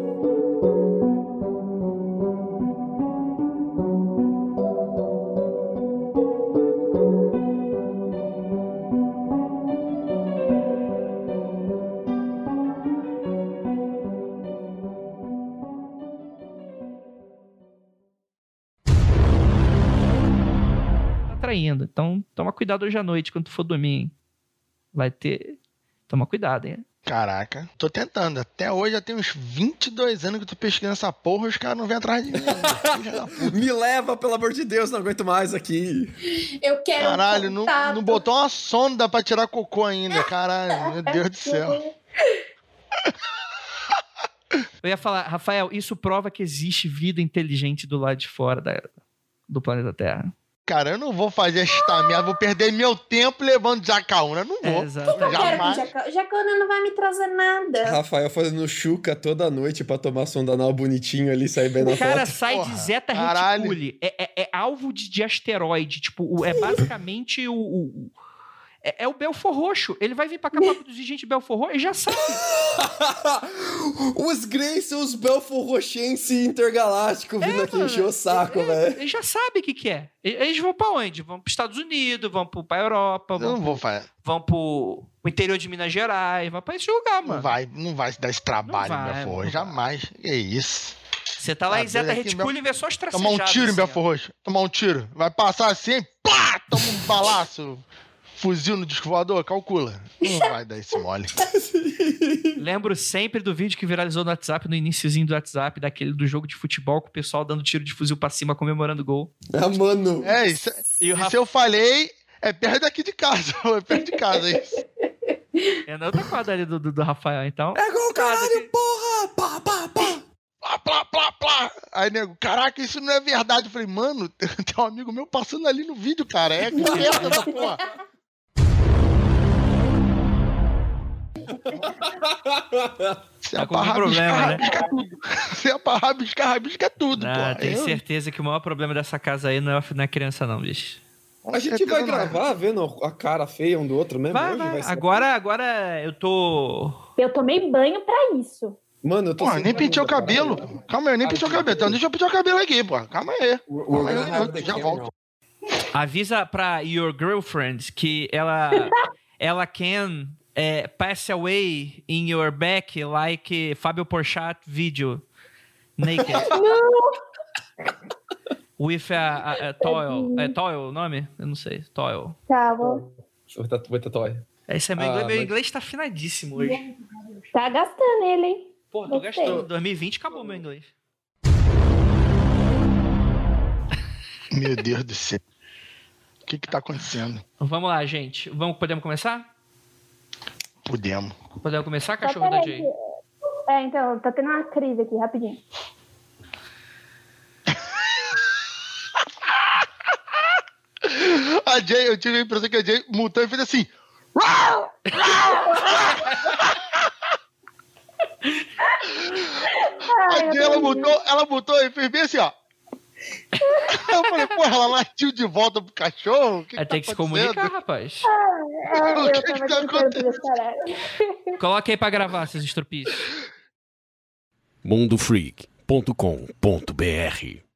Ainda. Então, toma cuidado hoje à noite quando tu for dormir, hein? Vai ter... Toma cuidado, hein? Caraca, tô tentando. Até hoje já tem uns 22 anos que eu tô pesquisando essa porra e os caras não vêm atrás de mim. Me leva, pelo amor de Deus, não aguento mais aqui. Eu quero Caralho, não botou uma sonda pra tirar cocô ainda. Caralho, meu Deus do céu. Eu ia falar, Rafael, isso prova que existe vida inteligente do lado de fora do planeta Terra. Cara, eu não vou fazer esta merda, vou perder meu tempo levando Jacaúna, não vou. Jacaúna não vai me trazer nada. Rafael fazendo chuca toda noite pra tomar sondanal bonitinho ali, sair bem na foto. O cara sai de Zeta Reticuli, é alvo de asteroide, tipo, é basicamente É o Belfor Roxo. Ele vai vir pra cá pra produzir gente Belfor Roxo. Ele já sabe. Os Greys são os Belfor Roxense intergalácticos vindo aqui encher o saco, velho. Ele já sabe o que é. Eles vão pra onde? Vão pros Estados Unidos, vão pra Europa. Vão pro interior de Minas Gerais. Vão pra esse lugar, mano. Não vai se dar esse trabalho em Belfor Roxo. Jamais. Que isso. Você tá lá em Zeta Reticuli e vê só as tracejadas. Tomar um tiro em Belfor Roxo. Tomar um tiro. Vai passar assim, pá! Toma um balaço. Fuzil no disco voador, calcula. Não vai dar esse mole. Lembro sempre do vídeo que viralizou no WhatsApp, no iniciozinho do WhatsApp, daquele do jogo de futebol, com o pessoal dando tiro de fuzil pra cima, comemorando o gol. Mano. Isso eu falei, é perto daqui de casa. É perto de casa, isso. É na outra quadra ali do Rafael, então. É gol, caralho, porra! Pá, pá, pá! Plá, plá, plá. Aí, nego, caraca, isso não é verdade. Eu falei, mano, tem um amigo meu passando ali no vídeo, cara. É que merda essa porra. Se é pra rabiscar, rabisca tudo. Se é pra rabiscar tudo, pô. Tenho certeza que o maior problema dessa casa aí não é criança, não, bicho. Com A gente certeza vai não é. gravar vendo a cara feia um do outro mesmo Vai, hoje? vai. Vai ser... Agora eu tô... Eu tomei banho pra isso. Mano, eu tô Pô, nem sentado pentei o na praia. cabelo. Pô. Calma aí, eu nem pentei o cabelo. Então deixa eu pentear o cabelo aqui, pô. Calma aí. We're gonna have the Já camera. volto. Avisa pra your girlfriend que ela can pass away in your back like Fábio Porchat video naked. With a toil. É toil o nome? Eu não sei. Toil. Tá, vou... With the toy. Esse é meu inglês. Meu inglês tá afinadíssimo hoje. Tá gastando ele, hein? Pô, tô Gostei. gastando. 2020 acabou meu inglês. Meu Deus do céu. O que tá acontecendo? Vamos lá, gente. Podemos começar? Podemos. Podemos começar, Só cachorro da peraí Jay? que- então, tá tendo uma crise aqui, rapidinho. A Jay, eu tive a impressão que a Jay mutou e fez assim. A Jay, ela mutou e fez bem assim, ó. Eu falei, porra, ela latiu de volta pro cachorro? O que Tem que se acontecendo? comunicar, rapaz. O Eu que tava tá tentando fazer essa tarefa. Coloca aí pra gravar, seus estropícios. mundofreak.com.br